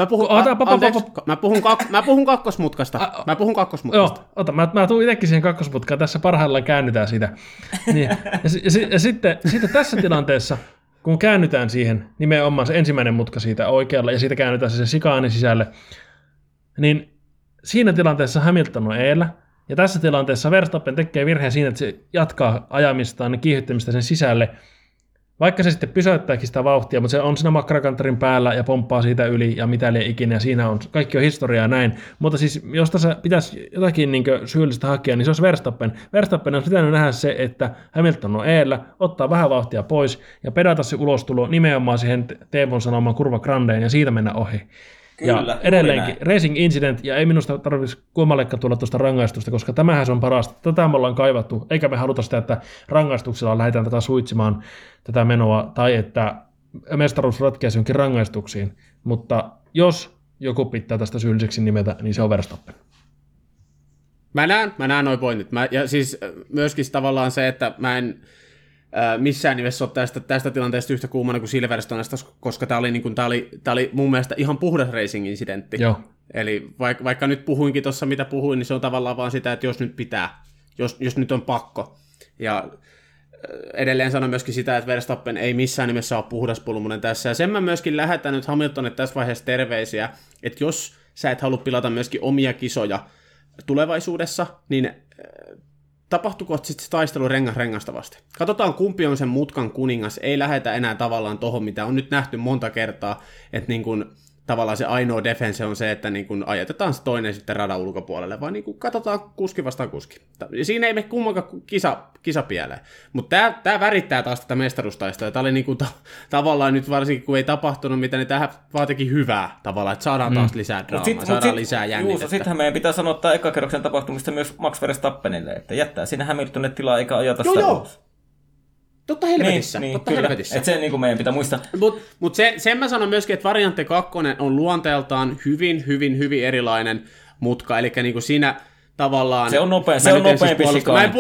Mä puhun kakkosmutkasta.
Joo, mä tuun itsekin siihen kakkosmutkaan. Tässä parhaillaan käännytään sitä. Niin. Ja sitten tässä tilanteessa... Kun käännytään siihen, nimenomaan se ensimmäinen mutka siitä oikealla, ja siitä käännytään se sikaanin sisälle, niin siinä tilanteessa Hamilton on eellä, ja tässä tilanteessa Verstappen tekee virheen siinä, että se jatkaa ajamistaan ja kiihdyttämistä sen sisälle, Vaikka se sitten pysäyttääkin sitä vauhtia, mutta se on siinä makkarakantarin päällä ja pomppaa siitä yli ja mitä liian ikinä, ja siinä on, kaikki on historiaa näin. Mutta siis, jos tässä pitäisi jotakin niin syyllistä hakea, niin se olisi Verstappen. Verstappen on pitänyt nähdä se, että Hamilton on eellä, ottaa vähän vauhtia pois ja pedata se ulostulo nimenomaan siihen Teevon sanomaan kurva grandeen ja siitä mennä ohi.
Kyllä,
ja edelleenkin Racing Incident, ja ei minusta tarvitsisi kummallekaan tulla tuosta rangaistusta, koska tämähän se on parasta. Tätä me ollaan kaivattu, eikä me haluta sitä, että rangaistuksella lähdetään tätä suitsimaan tätä menoa, tai että mestaruus ratkeaa jonkin rangaistuksiin. Mutta jos joku pitää tästä syylliseksi nimetä, niin se on Verstappen.
Mä näen noi pointit. Ja siis myöskin tavallaan se, että mä en missään nimessä ole tästä tilanteesta yhtä kuumana kuin Silverstoneesta, koska tämä oli mun mielestä ihan puhdas racing-incidentti.
Joo.
Eli vaikka nyt puhuinkin tuossa mitä puhuin, niin se on tavallaan vaan sitä, että jos nyt pitää, jos nyt on pakko. Ja edelleen sanon myöskin sitä, että Verstappen ei missään nimessä ole puhdaspulmunen tässä. Ja sen mä myöskin lähetän nyt Hamiltonille tässä vaiheessa terveisiä, että jos sä et halua pilata myöskin omia kisoja tulevaisuudessa, niin tapahtuuko sitten se taistelu rengasta vasten? Katsotaan, kumpi on sen mutkan kuningas. Ei lähetä enää tavallaan tohon, mitä on nyt nähty monta kertaa, että niin kun, tavallaan se ainoa defense on se, että niin kun ajetetaan se toinen sitten radan ulkopuolelle, vaan niin kun katsotaan kuski vastaan kuski. Siinä ei mene kummankaan kisa pieleen. Mutta tämä värittää taas tätä mestaruustaistelua. Tämä oli niin kun tavallaan nyt varsinkin, kun ei tapahtunut mitään, niin tämähän vaan teki hyvää tavallaan, että saadaan taas lisää draamaa, saadaan lisää jännitettä.
Sittenhän meidän pitää sanoa tämä ekakerroksen tapahtumista myös Max Verstappenille, että jättää sinne Hamiltonille tilaa eikä ajata sitä ulos.
Totta helvetissä.
Niin, helvetissä. Että se niin kuin meidän pitää muistaa.
Mutta sen mä sanon myöskin, että variantti 2 on luonteeltaan hyvin erilainen mutka, eli niin kuin siinä tavallaan...
Se on nopeampi shikaani.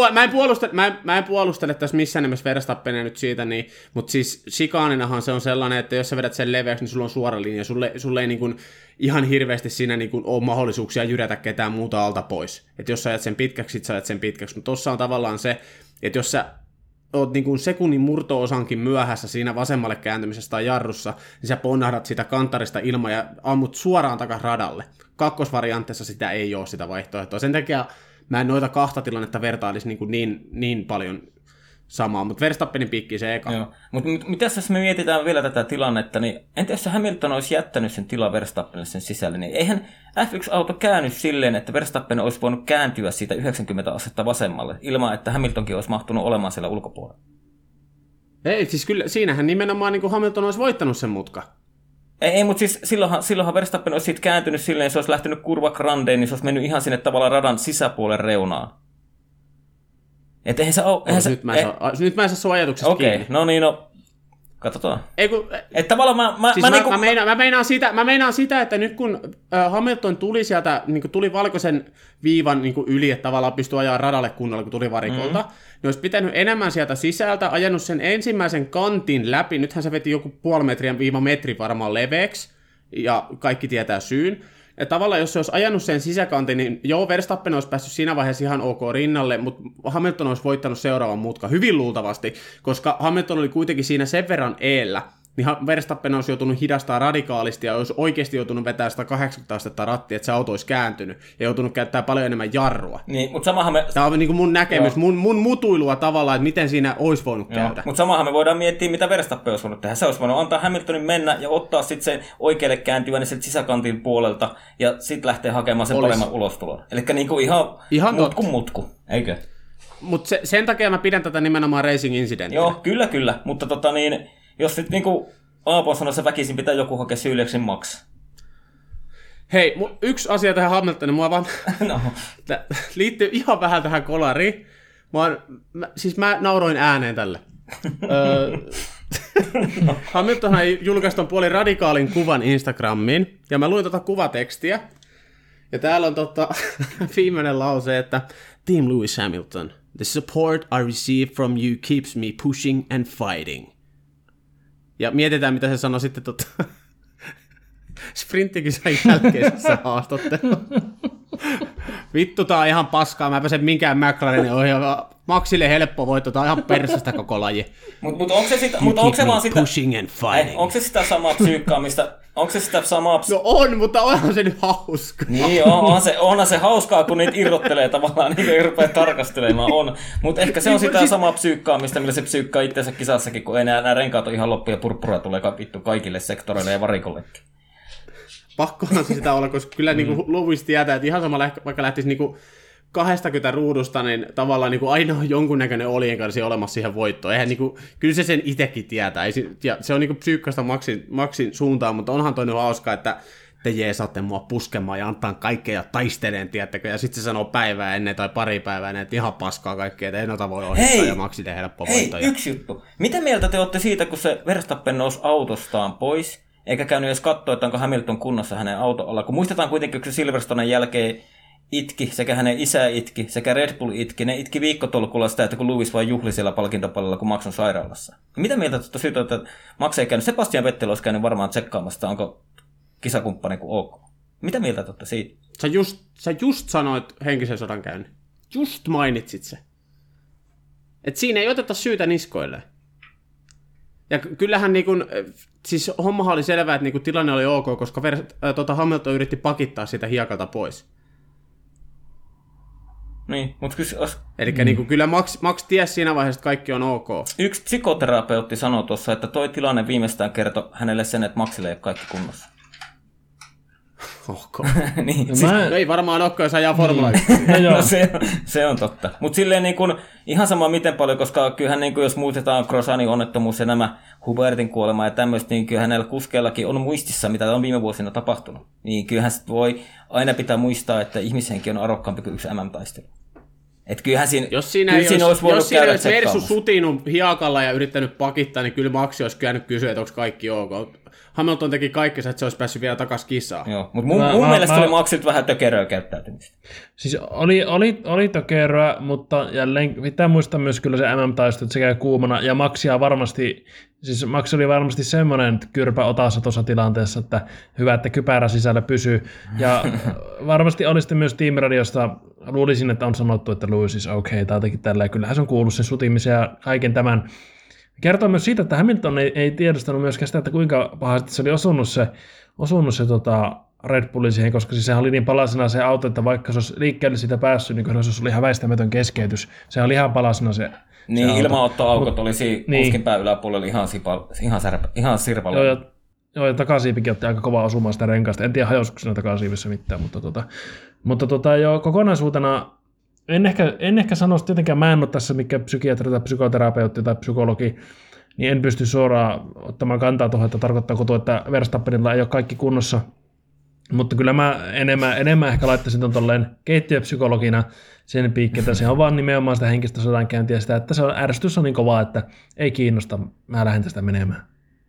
Mä en puolustele tässä missään nimessä Verstappenia nyt siitä, niin, mutta siis shikaaninahan se on sellainen, että jos sä vedät sen leveäksi, niin sulla on suora linja, sulle ei niin kuin ihan hirveästi siinä niin kuin ole mahdollisuuksia jyrätä ketään muuta alta pois. Että jos sä ajat sen pitkäksi, sit sä ajat sen pitkäksi, mutta tossa on tavallaan se, että jos sä oot niin kuin sekunnin murto-osankin myöhässä siinä vasemmalle kääntymisessä tai jarrussa, niin sä ponnahdat sitä kanttarista ilman ja ammut suoraan takaisin radalle. Kakkosvariantissa sitä ei ole sitä vaihtoehtoa. Sen takia mä en noita kahta tilannetta vertailisi niin paljon samaa, mutta Verstappenin piikki se eka.
Mutta mitäs jos me mietitään vielä tätä tilannetta, niin entä jos Hamilton olisi jättänyt sen tilan Verstappenille sen sisälle, niin eihän F1-auto käänny silleen, että Verstappen olisi voinut kääntyä siitä 90 astetta vasemmalle, ilman että Hamiltonkin olisi mahtunut olemaan siellä ulkopuolella.
Ei, siis kyllä siinähän nimenomaan niin kuin Hamilton olisi voittanut sen mutka.
Ei, mutta siis silloinhan Verstappen olisi siitä kääntynyt silleen, se olisi lähtenyt kurva grandeen, niin se olisi mennyt ihan sinne tavallaan radan sisäpuolen reunaan. Et eihän se ole...
Nyt mä en saa sun ajatuksesta kiinni.
Okei, no niin, katsotaan.
Että tavallaan mä meinaan sitä, että nyt kun Hamilton tuli sieltä, niin tuli valkoisen viivan niin yli, että tavallaan pystyi ajaa radalle kunnolla, kun tuli varikolta, niin olisi pitänyt enemmän sieltä sisältä, ajanut sen ensimmäisen kantin läpi, nythän se veti joku puoli metriä metri varmaan leveäksi, ja kaikki tietää syyn. Ja tavallaan, jos se olisi ajanut sen sisäkantin, niin joo, Verstappen olisi päässyt siinä vaiheessa ihan ok rinnalle, mutta Hamilton olisi voittanut seuraavan mutkan hyvin luultavasti, koska Hamilton oli kuitenkin siinä sen verran eellä, niin Verstappen olisi joutunut hidastaa radikaalisti ja olisi oikeasti joutunut vetää 180 astetta rattia, että se auto olisi kääntynyt ja joutunut käyttämään paljon enemmän jarrua.
Niin, mutta samahan me...
Tämä on niin kuin mun näkemys, mun mutuilua tavallaan, että miten siinä olisi voinut käydä.
Mutta samahan me voidaan miettiä, mitä Verstappen olisi voinut tehdä. Se olisi voinut antaa Hamiltonin mennä ja ottaa sitten sen oikealle kääntyvän sieltä sisäkantin puolelta ja sitten lähteä hakemaan sen paremman ulostulon. Eli niin kuin ihan mutku, eikö?
Mutta sen takia mä pidän tätä nimenomaan racing incidenttiä.
Joo, kyllä. Mutta jos nyt niinku Aapo sanoi, se väkisin pitää joku hakea syyliäksi Max.
Hei, yksi asia tähän Hamiltonin, mua vaan liittyy ihan vähän tähän kolariin. Mä nauroin ääneen tälle. Hamiltonhan julkaisi puoli radikaalin kuvan Instagramiin, ja mä luin kuvatekstiä. Ja täällä on viimeinen lause, että Team Lewis Hamilton, the support I receive from you keeps me pushing and fighting. Ja mietitään, mitä se sanoi sitten sprinttikisan jälkeisessä haastattelussa. Vittu, tää on ihan paskaa, mä en pääse minkään McLarenin ohi. Maxille helppo voitto, tää on ihan persästä koko laji.
Mut onko se sitä, onko se vaan sitä,
pushing and fighting.
onko se sitä samaa psyykkaamista, onko se sitä samaa
No on, mutta onhan se nyt hauska.
Niin, onhan se hauskaa, kun niitä irrottelee tavallaan, niitä rupeaa tarkastelemaan, on. Mutta ehkä se on sitä samaa psyykkaamista, millä se psyykkaa itsensä kisassakin, kun ei nämä renkaat ole ihan loppu ja purppura tulee vittu kaikille sektoreille ja varikollekin.
Pakkohan se sitä olla, koska kyllä niin Lewis tietää, että ihan sama vaikka lähtisi niin 20 ruudusta, niin tavallaan niin aina on jonkunnäköinen olienkarsi olemassa siihen voittoon. Eihän, niin kuin, kyllä se sen itsekin tietää. Ja se on niin psyykkäistä Maxin suuntaan, mutta onhan toi nyt hauskaa, että te jeesaatte mua puskemaan ja antaa kaikkea ja taisteleen, tiedättekö? Ja sitten se sanoo päivää ennen tai pari päivää ennen, että ihan paskaa kaikkea, että ei noita voi ohittaa ja Maxille helppo voitto.
Hei, yksi juttu. Mitä mieltä te olette siitä, kun se Verstappen nousi autostaan pois, eikä käynyt edes katsoa, että onko Hamilton kunnossa hänen auton alla? Kun muistetaan kuitenkin, kun se Silverstonen jälkeen itki, sekä hänen isä itki, sekä Red Bull itki. Ne itki viikkotolkulla sitä, että kun Lewis vain juhli siellä palkintopallolla, kun Max on sairaalassa. Mitä mieltä siitä, että Max ei käynyt? Sebastian Vettel olisi käynyt varmaan tsekkaamassa, onko kisakumppani kuin ok. Mitä mieltä olette siitä?
Sä just sanoit henkisen sodan käynnin. Just mainitsit se. Et siinä ei oteta syytä niskoille. Ja kyllähän niin kun, siis hommahan oli selvää, että niin kun tilanne oli ok, koska Hamilton yritti pakittaa sitä hiekalta pois.
Niin, mutta
Elikkä niin kyllä Max tiesi siinä vaiheessa, että kaikki on ok.
Yksi psykoterapeutti sanoi tuossa, että toi tilanne viimeistään kertoi hänelle sen, että Maxille ei ole kaikki kunnossa.
Ok.
Niin,
no siis, ei varmaan olekaan, jos ajaa Formula 1.
No, se on totta. Mutta silleen niin kun, ihan sama miten paljon, koska kyllähän niin kun, jos muutetaan Grosjeanin onnettomuus ja nämä Hubertin kuolema ja tämmöistä, niin kyllähän näillä kuskeillakin on muistissa, mitä on viime vuosina tapahtunut. Niin kyllähän sit voi aina pitää muistaa, että ihmishenki on arvokkaampi kuin yksi MM-taistelu. Et kyllähän siinä,
jos siinä olisi Mersu sutinut hiakalla ja yrittänyt pakittaa, niin kyllä Maxi olisi käynyt kysyä, että onko kaikki ok. Hamilton teki kaikkensa, että se olisi päässyt vielä takaisin kisaan.
Joo, mutta mun mielestä oli Maxilta vähän tökeröä käyttäytymistä.
Siis oli tökeröä, mutta jälleen pitää muistaa myös kyllä se MM-taistelu, että se käy kuumana. Ja Max oli varmasti semmoinen kyrpä otassa tuossa tilanteessa, että hyvä, että kypärä sisällä pysyy. Ja varmasti oli sitten myös tiimiradiosta, luulisin, että on sanottu, että Lewis is okay, tai jotenkin tällä. Kyllähän se on kuullut sen sutimisen ja kaiken tämän. Kertoo myös siitä, että Hamilton ei tiedostanut myöskään sitä, että kuinka pahasti se oli osunut se Red Bullin siihen, koska siis sehän oli niin palasena se auto, että vaikka se olisi liikkeelle siitä päässyt, niin kyllä se olisi ihan väistämätön keskeytys. Se oli ihan palasena se
niin, ilmaottoaukot oli kuskin pää yläpuolella ihan sirpalla.
Joo, ja takasiipikin otti aika kovaa osumaan sitä renkaasta. En tiedä, hajosuiko siinä takasiivissä mitään, mutta joo, kokonaisuutena en ehkä sanoisi tietenkään, mä en ole tässä mikä psykiatri tai psykoterapeutti tai psykologi, niin en pysty suoraan ottamaan kantaa tuohon, että tarkoittaako tuo, että Verstappenilla ei ole kaikki kunnossa. Mutta kyllä mä enemmän ehkä laittaisin tuon tolleen keittiöpsykologina sen piikki, että se on vaan nimenomaan sitä henkistä sodankäyntiä sitä, että se ärsytys on niin kovaa, että ei kiinnosta, mä lähden tästä menemään.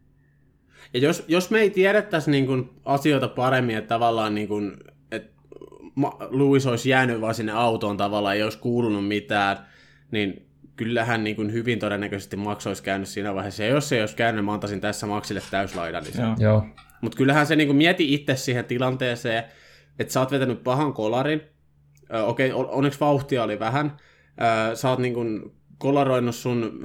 Ja jos me ei tiedettäisi niin kuin asioita paremmin, että tavallaan niin kuin, että Lewis olisi jäänyt vaan sinne autoon tavallaan, ei olisi kuulunut mitään, niin kyllähän niin kuin hyvin todennäköisesti Max olisi käynyt siinä vaiheessa. Ja jos se ei olisi käynyt, mä antaisin tässä Maxille täyslaidan.
Joo.
Mutta kyllähän se niin kuin mieti itse siihen tilanteeseen, että sä oot vetänyt pahan kolarin. Okei, onneksi vauhtia oli vähän. Sä oot niin kuin kolaroinut sun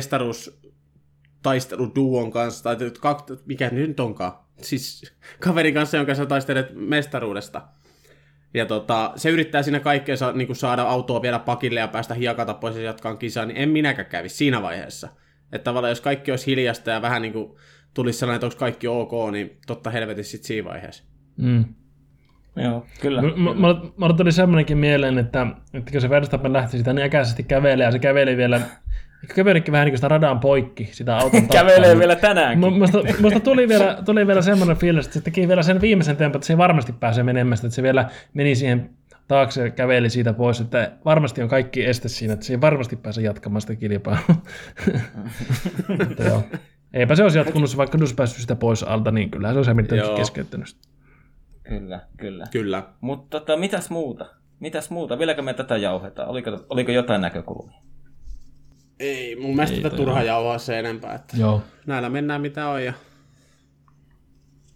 mestaruustaisteluduon kanssa, tai mikä nyt onkaan, siis kaverin kanssa, jonka sä taistelet mestaruudesta. Ja se yrittää siinä kaikkea niin saada autoa vielä pakille ja päästä hiekalta pois ja jatkaa kisaan, niin en minäkään kävisi siinä vaiheessa. Että tavallaan jos kaikki olisi hiljasta ja vähän niin kuin tulisi sellainen, että onko kaikki ok, niin totta helvetissä sitten siinä vaiheessa.
Mm.
Joo, kyllä.
Mulla tuli semmoinenkin mieleen, että kun se Verstappen lähti sitä niin äkäisesti kävelee ja se käveli vielä, kävelikin vähän niin kuin sitä radan poikki, sitä auton takaa.
Kävelee vielä tänäänkin.
Musta tuli vielä semmoinen fiilis, että se teki vielä sen viimeisen tempun, että se ei varmasti pääse menemään, että se vielä meni siihen taakse ja käveli siitä pois, että varmasti on kaikki este siinä, että se ei varmasti pääse jatkamaan sitä kilpailua. Eipä se olisi jatkunut, vaikka olisi päässyt sitä pois alta, niin kyllähän se olisi Hamiltonkin keskeyttänyt.
Kyllä. Mutta mitäs muuta? Vieläkö me tätä jauhetaan? Oliko jotain näkökulmia?
Ei, mun mielestä tätä turha jauhaa se enempää. Että
joo.
Näillä mennään mitä on. Ja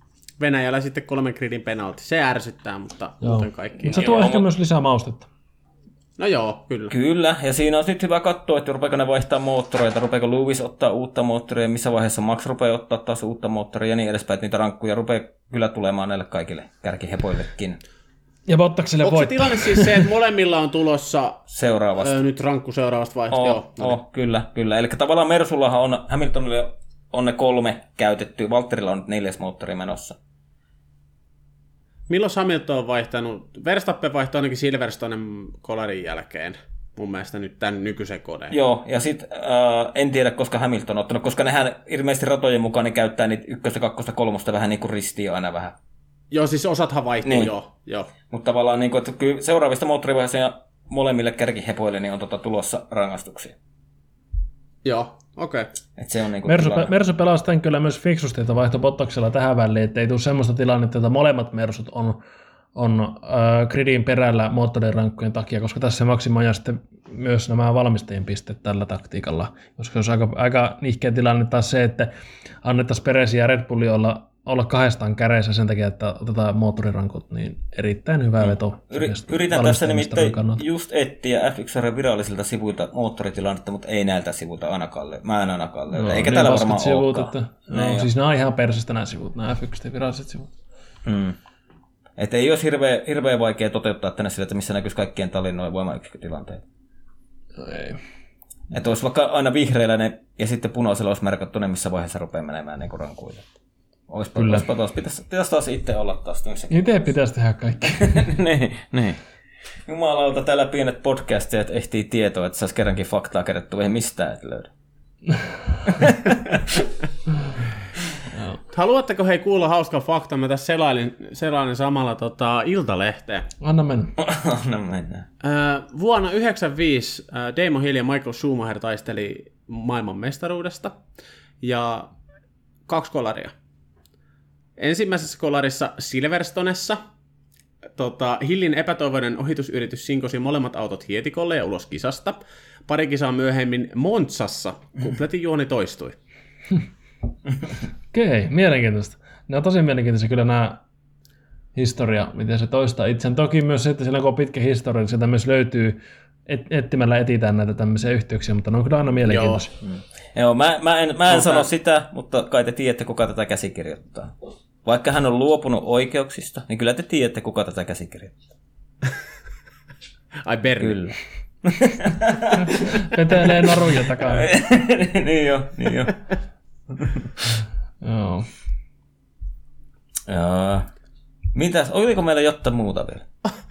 Venäjällä sitten 3 gridin penalti. Se ärsyttää, mutta muuten kaikki.
Mutta se tuo ehkä myös lisää maustetta.
No joo, kyllä.
Kyllä, ja siinä on sitten hyvä katsoa, että rupeeko ne vaihtaa moottoreita, rupeeko Lewis ottaa uutta moottoria, missä vaiheessa Max rupeaa ottaa taas uutta moottoria ja niin edespäin, että niitä rankkuja rupeaa kyllä tulemaan näille kaikille kärkihepoillekin.
Ja Bottakselle
voittaa. Onko se tilanne siis se, että molemmilla on tulossa
seuraavasta.
Nyt rankku seuraavasta vaihtoehtoa?
Kyllä. Eli tavallaan Mersullahan on, Hamiltonille on ne 3 käytetty, Valtterilla on nyt 4. moottori menossa.
Milloin Hamilton on vaihtanut? Verstappen vaihtoi ainakin Silverstonen kolarin jälkeen, mun mielestä nyt tämän nykyisen koneen.
Joo, ja sitten en tiedä, koska Hamilton on ottanut, koska nehän ilmeisesti ratojen mukaan ne käyttää niitä 1, 2, 3 vähän niin kuin ristiin aina vähän.
Joo, siis osathan vaihtuu, niin. Joo.
Mutta tavallaan niin kuin, että kyllä seuraavista moottorivaiheista ja molemmille kärkihepoille niin on tulossa rangaistuksia.
Joo, okei.
Okay. Se on niin
Mersu pelasi tämän kyllä myös fiksusti, että vaihtoi Bottaksella tähän väliin, että ei tule semmoista tilannetta, että molemmat Mersut on gridin perällä moottorirankkujen takia, koska tässä maksimoidaan ja sitten myös nämä valmistajien pisteet tällä taktiikalla. Koska olisi aika nihkeä tilanne taas se, että annettaisiin Perezin ja Red Bullin olla 2 käreissä sen takia, että otetaan moottorirankut, niin erittäin hyvä veto.
Yritän tässä nimittäin just etsiä F1 virallisilta sivuilta moottoritilannetta, mutta ei näiltä sivuilta ainakaan löydy. Mä en ainakaan löydy. Eikä täällä varmaan
sivut,
olekaan.
Siis nämä on ihan persestä nämä sivut, nämä F1 viralliset sivut.
Että ei olisi hirveän vaikea toteuttaa tänne sillä, että missä näkyisi kaikkien tallin noin voimayksikkötilanteet.
No ei.
Että olisi vaikka aina vihreillä ne, ja sitten punaisella olisi merkattu ne, missä vaiheessa rupeaa menemään niin rankuille. Pitäisi taas itse olla taas.
Itse pitäisi tehdä kaikki.
niin. Jumalauta, täällä pienet podcastit ehtii tietoa, että saisi kerrankin faktaa kerättyä, ei mistään et löydä.
Haluatteko kuulla hauskan faktan? Mä tässä selailin samalla Iltalehteen.
Anna mennä.
Vuonna 1995 Damon Hill ja Michael Schumacher taisteli maailman mestaruudesta ja 2 kolaria. Ensimmäisessä kolarissa Silverstonessa Hillin epätoivoinen ohitusyritys sinkosi molemmat autot hietikolle ja ulos kisasta. Pari kisaa myöhemmin Monzassa kupletin juoni toistui.
Okei, mielenkiintoista. Ne on tosi mielenkiintoisia kyllä nämä historia, miten se toistaa itseään. Toki myös se, että siellä kun on pitkä historia, niin sieltä myös löytyy, etsimällä etsitään näitä tämmöisiä yhteyksiä, mutta ne on kyllä aina mielenkiintoisia.
Joo, mä en sano sitä, mutta kai te tiedätte, kuka tätä käsikirjoittaa. Vaikka hän on luopunut oikeuksista, niin kyllä te tiedätte, kuka tätä käsikirjoittaa.
Ai Berni.
Kyllä.
Vetelee naruja takana.
niin jo.
Joo.
Mitäs, oliko meillä jotain muuta vielä?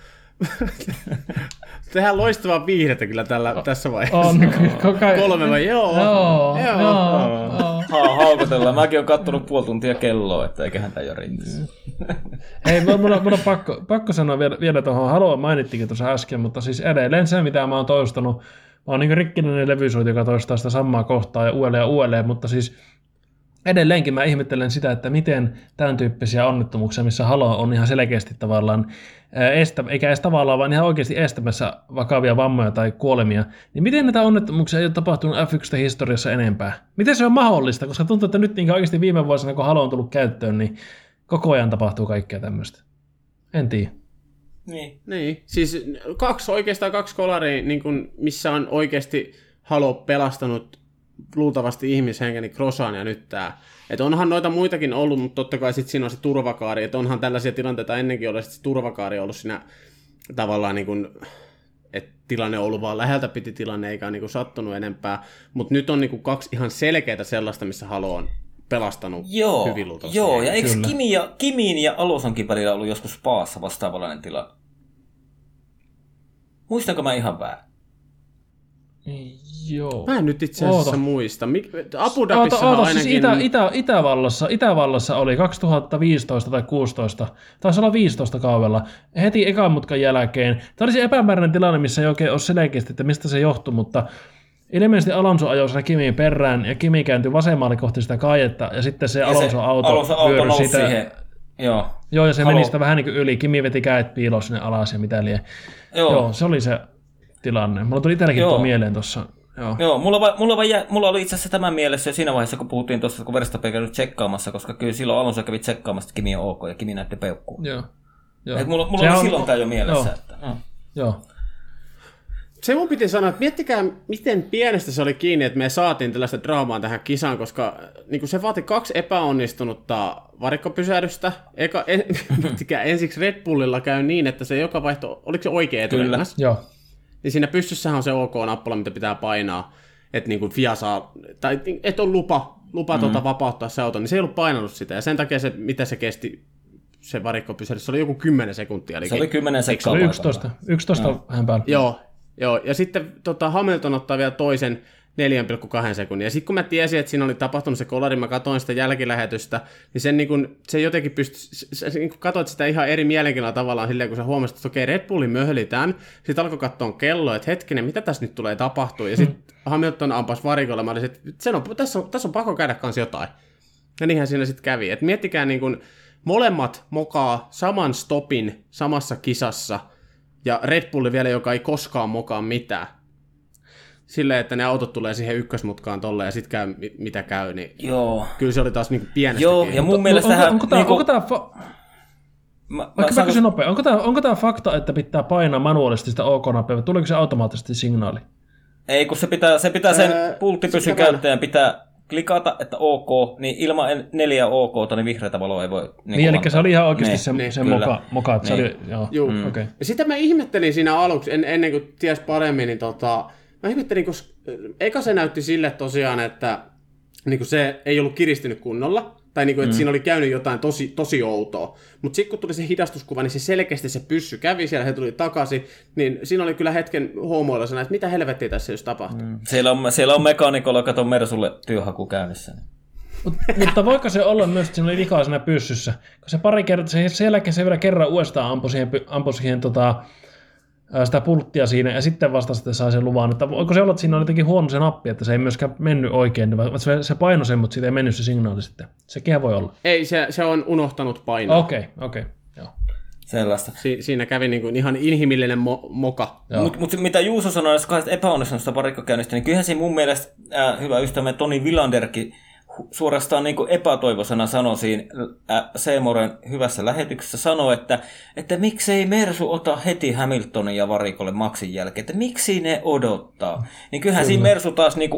Tehdään loistavaa viihdettä kyllä tässä vaiheessa.
On.
3 vai? Joo.
Haukotellaan. Mäkin olen kattonut 0,5 tuntia kelloa, että eiköhän tämä jo riittäisi.
Hei, mun on pakko sanoa vielä tuohon. Haluan mainittikin tuossa äsken, mutta siis edelleen se, mitä mä oon toistanut. Mä oon niin rikkinäinen levysuiti, joka toistaa sitä samaa kohtaa ja uudelleen, mutta siis edelleenkin mä ihmettelen sitä, että miten tämän tyyppisiä onnettomuuksia, missä Halo on ihan selkeästi tavallaan eikä edes tavallaan, vaan ihan oikeasti estämässä vakavia vammoja tai kuolemia, niin miten näitä onnettomuuksia ei ole tapahtunut F1-historiassa enempää? Miten se on mahdollista? Koska tuntuu, että nyt niin oikeasti viime vuosina, kun Halo on tullut käyttöön, niin koko ajan tapahtuu kaikkea tämmöistä. En tiedä.
Niin. Siis oikeastaan 2 kolaria, niin kun, missä on oikeasti Halo pelastanut luultavasti ihmishengen, niin Crossan ja nyt tää. Että onhan noita muitakin ollut, mutta totta kai sitten siinä on se turvakaari, että onhan tällaisia tilanteita ennenkin ollut, että se turvakaari on ollut siinä tavallaan niin kuin, että tilanne on ollut vaan läheltä piti tilanne, eikä niin kuin sattunut enempää, mutta nyt on niin kuin 2 ihan selkeää sellaista, missä Halo on pelastanut hyvin luultavasti.
Joo, ja eikö Kimin ja Alonsonkin välillä ollut joskus Spaassa vastaavallainen tilanne? Muistanko mä ihan väärin?
Joo.
Mä en nyt itse asiassa muista. Abu Dhabissahan ainakin...
Siis Itävallassa oli 2015 tai 2016, taisi olla 15 kaudella, heti ekan mutkan jälkeen. Tämä oli se epämääräinen tilanne, missä ei oikein ole selkeästi, että mistä se johtui, mutta ilmeisesti Alonso ajoi siinä Kimiin perään, ja Kimi kääntyi vasemmalle kohti sitä kaietta, ja sitten se Alonso-auto vyöryi siitä. Siihen. Joo, ja se meni sitä vähän niin kuin yli. Kimi veti käet piiloon sinne alas ja mitä liian. Joo, se oli se tilanne. Mulla tuli itselläkin tuo mieleen tuossa.
Joo, mulla oli itse asiassa tämän mielessä jo siinä vaiheessa, kun puhuttiin tuosta, kun Verstappen kävi tsekkaamassa, koska kyllä silloin Alonso kävi tsekkaamassa, että Kimi on ok ja Kimi näytti peukkuun.
Joo.
Mulla oli silloin tämä jo mielessä.
Joo.
Se mun piti sanoa, että miettikää, miten pienestä se oli kiinni, että me saatiin tällaista draamaa tähän kisaan, koska niin se vaati 2 epäonnistunutta varikkopysähdystä. Miettikää, ensiksi Red Bullilla käy niin, että se joka vaihto, oliko se oikea eturengas?
Joo.
Niin siinä pystyssähän on se OK-nappula, mitä pitää painaa, että niin FIA saa, tai että on lupa vapauttaa se auto, niin se ei ollut painanut sitä, ja sen takia se, mitä se kesti, se varikkopysähdys, se oli joku 10 sekuntia.
Se oli 10 sekuntia.
Se oli 11 vähän päällä.
Joo, ja sitten Hamilton ottaa vielä toisen 4,2 sekunnin. Ja sitten kun mä tiesin, että siinä oli tapahtunut se kolari, mä katsoin sitä jälkilähetystä, niin se jotenkin pystyi, katsoit sitä ihan eri mielenkiinnolla tavallaan silleen, kun sä huomasit, että okei, Red Bullin möhlitään. Sitten alkoi katsoa kelloa, että hetkinen, mitä tässä nyt tulee tapahtua. Ja sitten Hamilton ampas varikolla, mä olisin, että tässä on pakko käydä kanssa jotain. Ja niinhän siinä sitten kävi. Et miettikää, niin kun molemmat mokaa saman stopin samassa kisassa, ja Red Bulli vielä, joka ei koskaan mokaa mitään. Silleen, että ne autot tulee siihen ykkösmutkaan tolleen ja sit käy mitä käy, niin
joo.
Kyllä se oli taas niinku pienestä.
Joo, ja mun mielestä
onko tämä fakta, että pitää painaa manuaalisesti sitä OK-nappia, vai tuleeko se automaattisesti signaali?
Ei, kun se pitää sen pulttipysyn käyttäjän pitää klikata, että OK, niin ilman 4 OK:ta niin vihreätä valoa ei voi...
Niin, eli se oli ihan oikeasti se moka, että se oli...
Joo, okei. Ja sitä mä ihmettelin siinä aluksi, ennen kuin ties paremmin, niin mä ihmettelin, koska eka se näytti sille tosiaan, että niin se ei ollut kiristynyt kunnolla, tai niin kuin, että siinä oli käynyt jotain tosi outoa. Mutta sitten kun tuli se hidastuskuva, niin se selkeästi se pyssy kävi siellä, he tuli takaisin, niin siinä oli kyllä hetken huomoilla että mitä helvettiä tässä just tapahtuu.
Siellä on mekaanikolla, kato Mersulle työhaku käynnissä.
Mutta voiko se olla myös, että siinä oli vikaa siinä pyssyssä? Kun se pari kertaa, sen jälkeen se vielä kerran uudestaan ampui siihen sitä pulttia siinä, ja sitten vasta sitten sai sen luvan. Että voiko se olla, että siinä on jotenkin huono se nappi, että se ei myöskään mennyt oikein, vaan se painoi sen, mutta siitä ei mennyt se signaali sitten. Sekin voi olla.
Ei, se on unohtanut painoa.
Okei, joo.
Sellaista.
Siinä kävi niin kuin ihan inhimillinen moka.
Mutta mitä Juuso sanoi näistä 2 epäonnistuneesta varikkokäynnistä, niin kyllähän siinä mun mielestä hyvä ystävämme Toni Vilanderkin suorastaan niin kuin epätoivoisena sanoi siinä Seymoren hyvässä lähetyksessä, sanoi, että miksei Mersu ota heti Hamiltonin ja varikolle Maxin jälkeen, että miksi ne odottaa. Niin kyllähän siinä Mersu taas niin kuin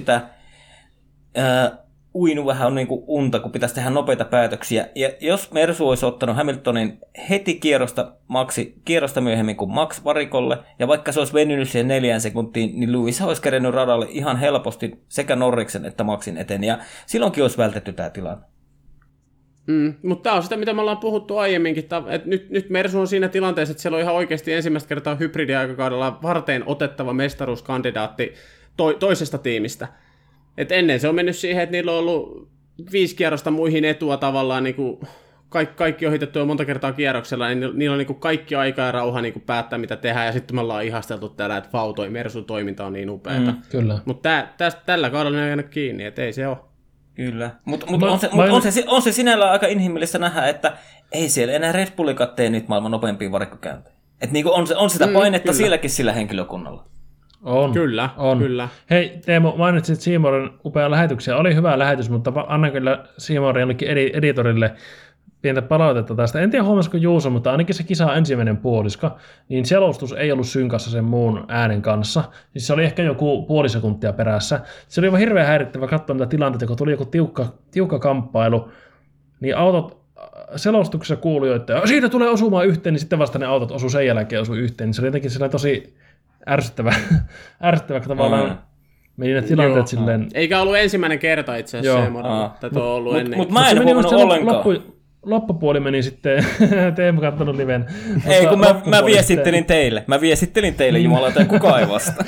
uinu vähän niin kuin unta, kun pitäisi tehdä nopeita päätöksiä. Ja jos Mersu olisi ottanut Hamiltonin heti kierrosta myöhemmin kuin Max varikolle, ja vaikka se olisi venynyt siihen 4 sekuntiin, niin Lewis olisi kerennyt radalle ihan helposti sekä Norriksen että Maxin eteen, ja silloinkin olisi vältetty tämä tilanne.
Mutta tämä on sitä, mitä me ollaan puhuttu aiemminkin, että nyt Mersu on siinä tilanteessa, että siellä on ihan oikeasti ensimmäistä kertaa hybridiaikakaudella varteen otettava mestaruuskandidaatti toisesta tiimistä. Et ennen se on mennyt siihen, että niillä on ollut 5 kierrosta muihin etua tavallaan, niin kuin kaikki on ohitettu jo monta kertaa kierroksella, niin niillä on niin kuin kaikki aika ja rauha niin kuin päättää, mitä tehdään, ja sitten me ollaan ihasteltu täällä, että toi Mersun toiminta on niin upeata.
Kyllä.
Mutta tällä kaudella ne on jäänyt kiinni, että ei se ole.
Kyllä, mutta on se sinällään aika inhimillistä nähdä, että ei siellä enää Red Bullikaan tee nyt maailman nopeampia varikkokäyntejä. Että niinku on sitä painetta sielläkin sillä henkilökunnalla.
On.
Kyllä.
Hei Teemu, mainitsit Seymorin upea lähetyksiä. Oli hyvä lähetys, mutta annan kyllä Seymorin jollekin editorille pientä palautetta tästä. En tiedä huomasiko Juuso, mutta ainakin se kisa ensimmäinen puoliska, niin selostus ei ollut synkassa sen muun äänen kanssa. Siis se oli ehkä joku puoli sekuntia perässä. Se oli aivan hirveän häirittävä katsoa niitä tilanteita, kun tuli joku tiukka kamppailu, niin autot selostuksessa kuului, että siitä tulee osumaan yhteen, niin sitten vasta ne autot osu sen jälkeen yhteen. Niin se oli jotenkin sellainen tosi ärsyttävä tavallaan meni ne tilanteet silleen.
Eikä ollut ensimmäinen kerta itse asiassa. Tätä on ollut ennen.
Mutta mä en huomannut ollenkaan.
Loppupuoli meni sitten, Teemu katsonut liven.
Ei, kun mä viestittelin teille. Niin. Jumalauta, ja kukaan ei vastaa.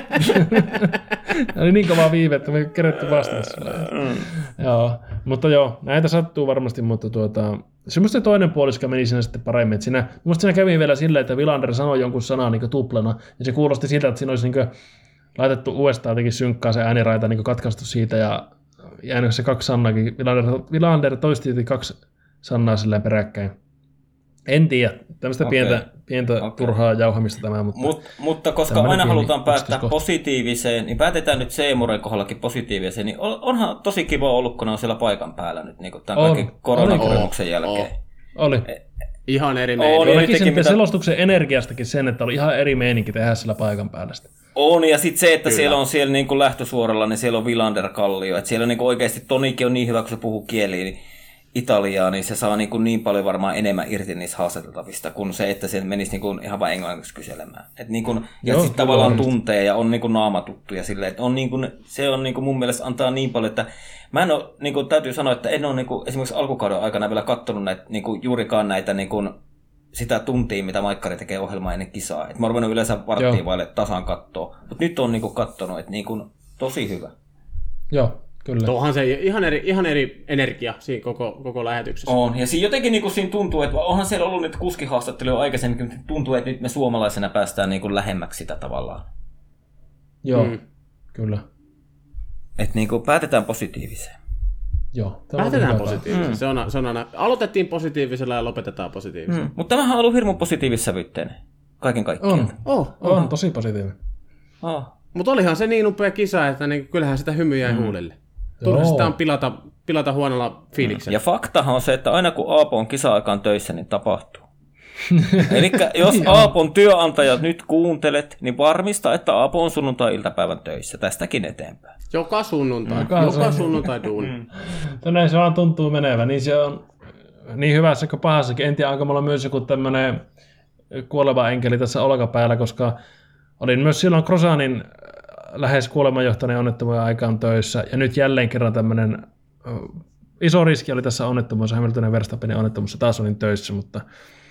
Oli niin kova viive, että me kerätty vastata. Joo, mutta näitä sattuu varmasti, mutta semmoista toinen puoliska meni siinä sitten paremmin. Minusta siinä kävi vielä silleen, että Vilander sanoi jonkun sanan niin tuplana, ja se kuulosti siltä, että siinä olisi niin laitettu uudestaan jotenkin synkkaan se ääniraita, niin katkaistu siitä, ja jäänyt se 2 sannaakin. Vilander toisti 2 sannaa silleen peräkkäin. En tiedä. Tämmöistä pientä turhaa jauhamista tämä.
Mutta koska aina halutaan päästä positiiviseen, niin päätetään nyt Seemuren kohdallakin positiiviseen, niin onhan tosi kiva ollut, kun ne on siellä paikan päällä nyt niin tämän kaiken koronakokemuksen jälkeen.
Oli.
Ihan eri meininki.
Näkisin selostuksen energiastakin sen, että oli ihan eri meininki tehdä sillä paikan päällä sitä.
On, ja sitten se, että siellä on siellä niin kuin lähtösuoralla, niin siellä on Villander Kallio. Että siellä niin kuin oikeasti Tonikin on niin hyvä, kun se puhuu kieliä, niin Italiaa, niin se saa niin paljon varmaan enemmän irti niistä haastateltavista, kuin se, että se menisi niin kuin ihan vain englanniksi kyselemään. Niin kuin, ja sitten tavallaan tuntee ja on niin kuin naamatuttu ja silleen, että on niin kuin, se on niin kuin mun mielestä antaa niin paljon, että mä en ole, niin kuin täytyy sanoa, että en ole niin kuin, esimerkiksi alkukauden aikana vielä katsonut näitä, niin kuin, juurikaan näitä niin kuin, sitä tuntia, mitä Maikkari tekee ohjelmaa ennen kisaa. Et mä oon ruvennut yleensä varttiin vaille tasan kattoa, mutta nyt on niin kuin katsonut, että niin kuin, tosi hyvä.
Joo. Kyllä.
Tuohan se ihan eri energia siinä koko lähetyksessä.
On, ja siinä jotenkin niin kuin siinä tuntuu, että onhan siellä ollut nyt kuskihaastatteluja aikaisemmin, mutta tuntuu, että nyt me suomalaisena päästään niin kuin lähemmäksi sitä tavallaan.
Joo, kyllä.
Että niin kuin päätetään positiiviseen.
Joo.
Päätetään positiiviseen. Se on aina, aloitettiin positiivisella ja lopetetaan positiivisella.
Mutta tämähän on ollut hirmun positiivissävytteinen. Kaiken kaikkiaan.
On tosi positiivinen.
Mutta olihan se niin upea kisa, että niin, kyllähän sitä hymy jäi huulille. Turha sitä on pilata huonolla fiiliksellä.
Ja faktahan on se, että aina kun Aapo on kisa-aikaan töissä, niin tapahtuu. Eli jos Aapon työnantajat nyt kuuntelet, niin varmista, että Aapo on sunnuntai-iltapäivän töissä tästäkin eteenpäin.
Joka sunnuntai duuni.
Näin se vaan tuntuu menevän. Niin se on niin hyvässä kuin pahassakin. En tiedä, onko mulla myös joku tämmöinen kuoleva enkeli tässä olkapäällä, koska olin myös silloin Crosanin lähes kuolemanjohtaneen onnettomuuden aikaan töissä, ja nyt jälleen kerran tämmöinen iso riski oli tässä onnettomuudessa, Hamiltonin Verstappenin onnettomuudessa, taas olin töissä, mutta...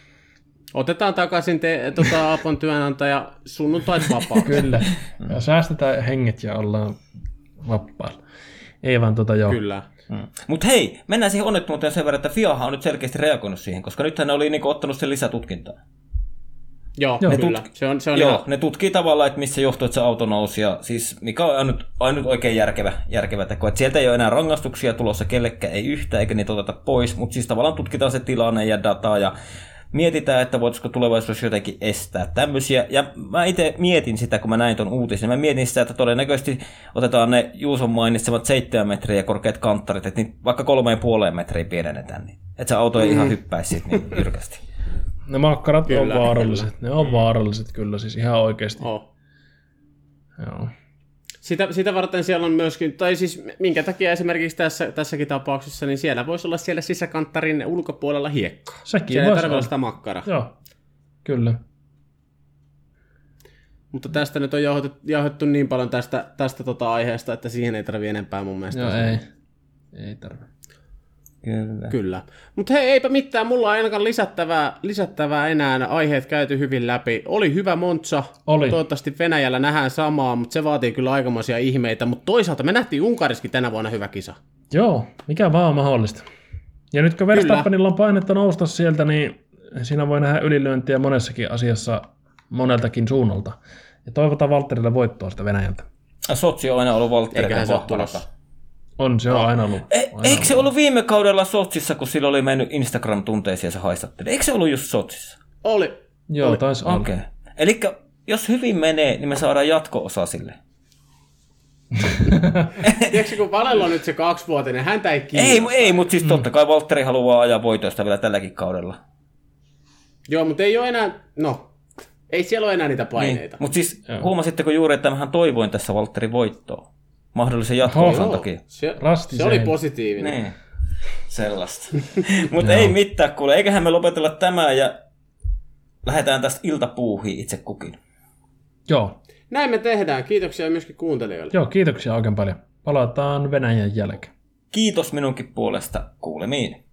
Otetaan takaisin Aapon työnantaja sunnuntait vapaa.
Kyllä, ja säästetään henget ja ollaan vapaalla. Ei vaan joo.
Kyllä.
Mutta hei, mennään siihen onnettomuuteen sen verran, että FIAhan on nyt selkeästi reagoinut siihen, koska nythän ne oli niinku ottanut sen lisätutkintaa.
Joo, kyllä. Se on
joo, ne tutkii tavallaan, että missä johtuu, että se auto nousi, ja siis mikä on ainut oikein järkevä teko. Että sieltä ei ole enää rangaistuksia tulossa kellekään, ei yhtä, eikä niitä oteta pois, mutta siis tavallaan tutkitaan se tilanne ja dataa, ja mietitään, että voitaisiko tulevaisuudessa jotenkin estää tämmöisiä. Ja mä itse mietin sitä, kun mä näin ton uutisen, mä mietin sitä, että todennäköisesti otetaan ne Juuson mainitsemat 7 metriä korkeat kanttarit, että niin vaikka 3,5 metriä pienennetään, niin että se auto ei ihan hyppäisi siitä niin jyrkästi.
Ne makkarat on vaaralliset. Ne on vaaralliset kyllä, siis ihan oikeasti. Joo.
Sitä varten siellä on myöskin, tai siis minkä takia esimerkiksi tässäkin tapauksessa, niin siellä voisi olla siellä sisäkanttarin ulkopuolella hiekkaa.
Sekin
siellä ei tarvitse olla sitä makkaraa.
Joo, kyllä.
Mutta tästä nyt on jauhettu niin paljon tästä aiheesta, että siihen ei tarvitse enempää mun mielestä.
Joo, ei tarvitse.
Kyllä. Mutta hei, eipä mitään, mulla ei ainakaan lisättävää enää, aiheet käyty hyvin läpi. Oli hyvä Monza, toivottavasti Venäjällä nähdään samaa, mutta se vaatii kyllä aikamoisia ihmeitä, mutta toisaalta me nähtiin Unkarissakin tänä vuonna hyvä kisa.
Joo, mikä vaan on mahdollista. Ja nyt kun Verstappenilla on painetta nousta sieltä, niin siinä voi nähdä ylilyöntiä monessakin asiassa moneltakin suunnalta. Ja toivotaan Valtterille voittoa sitä Venäjältä.
Sotsi on aina ollut Valtterin
tulossa.
Se on aina ollut.
Eikö se ollut viime kaudella Sotsissa, kun sillä oli mennyt Instagram-tunteisiin ja se haistatteli? Eikö se ollut just Sotsissa?
Oli.
Joo, taisi olla.
Okei. Elikkä jos hyvin menee, niin me saadaan jatko-osa sille.
Tiedätkö, kun Valella on nyt se 2-vuotinen, häntä ei kiinnosta.
Ei, mutta siis totta kai Valtteri haluaa ajaa voitoista vielä tälläkin kaudella.
Joo, mutta ei ole enää, ei siellä ole enää niitä paineita.
Mutta siis huomasitteko juuri, että mähän toivoin tässä Valtterin voittoa. Mahdollisen jatko-osan takia.
Se oli positiivinen.
Niin. Sellaista. Mutta ei mitään, kuule. Eiköhän me lopetella tämä ja lähdetään tästä iltapuuhiin itse kukin.
Joo.
Näin me tehdään. Kiitoksia myöskin kuuntelijoille.
Joo, kiitoksia oikein paljon. Palataan Venäjän jälkeen.
Kiitos minunkin puolesta. Kuulemiin.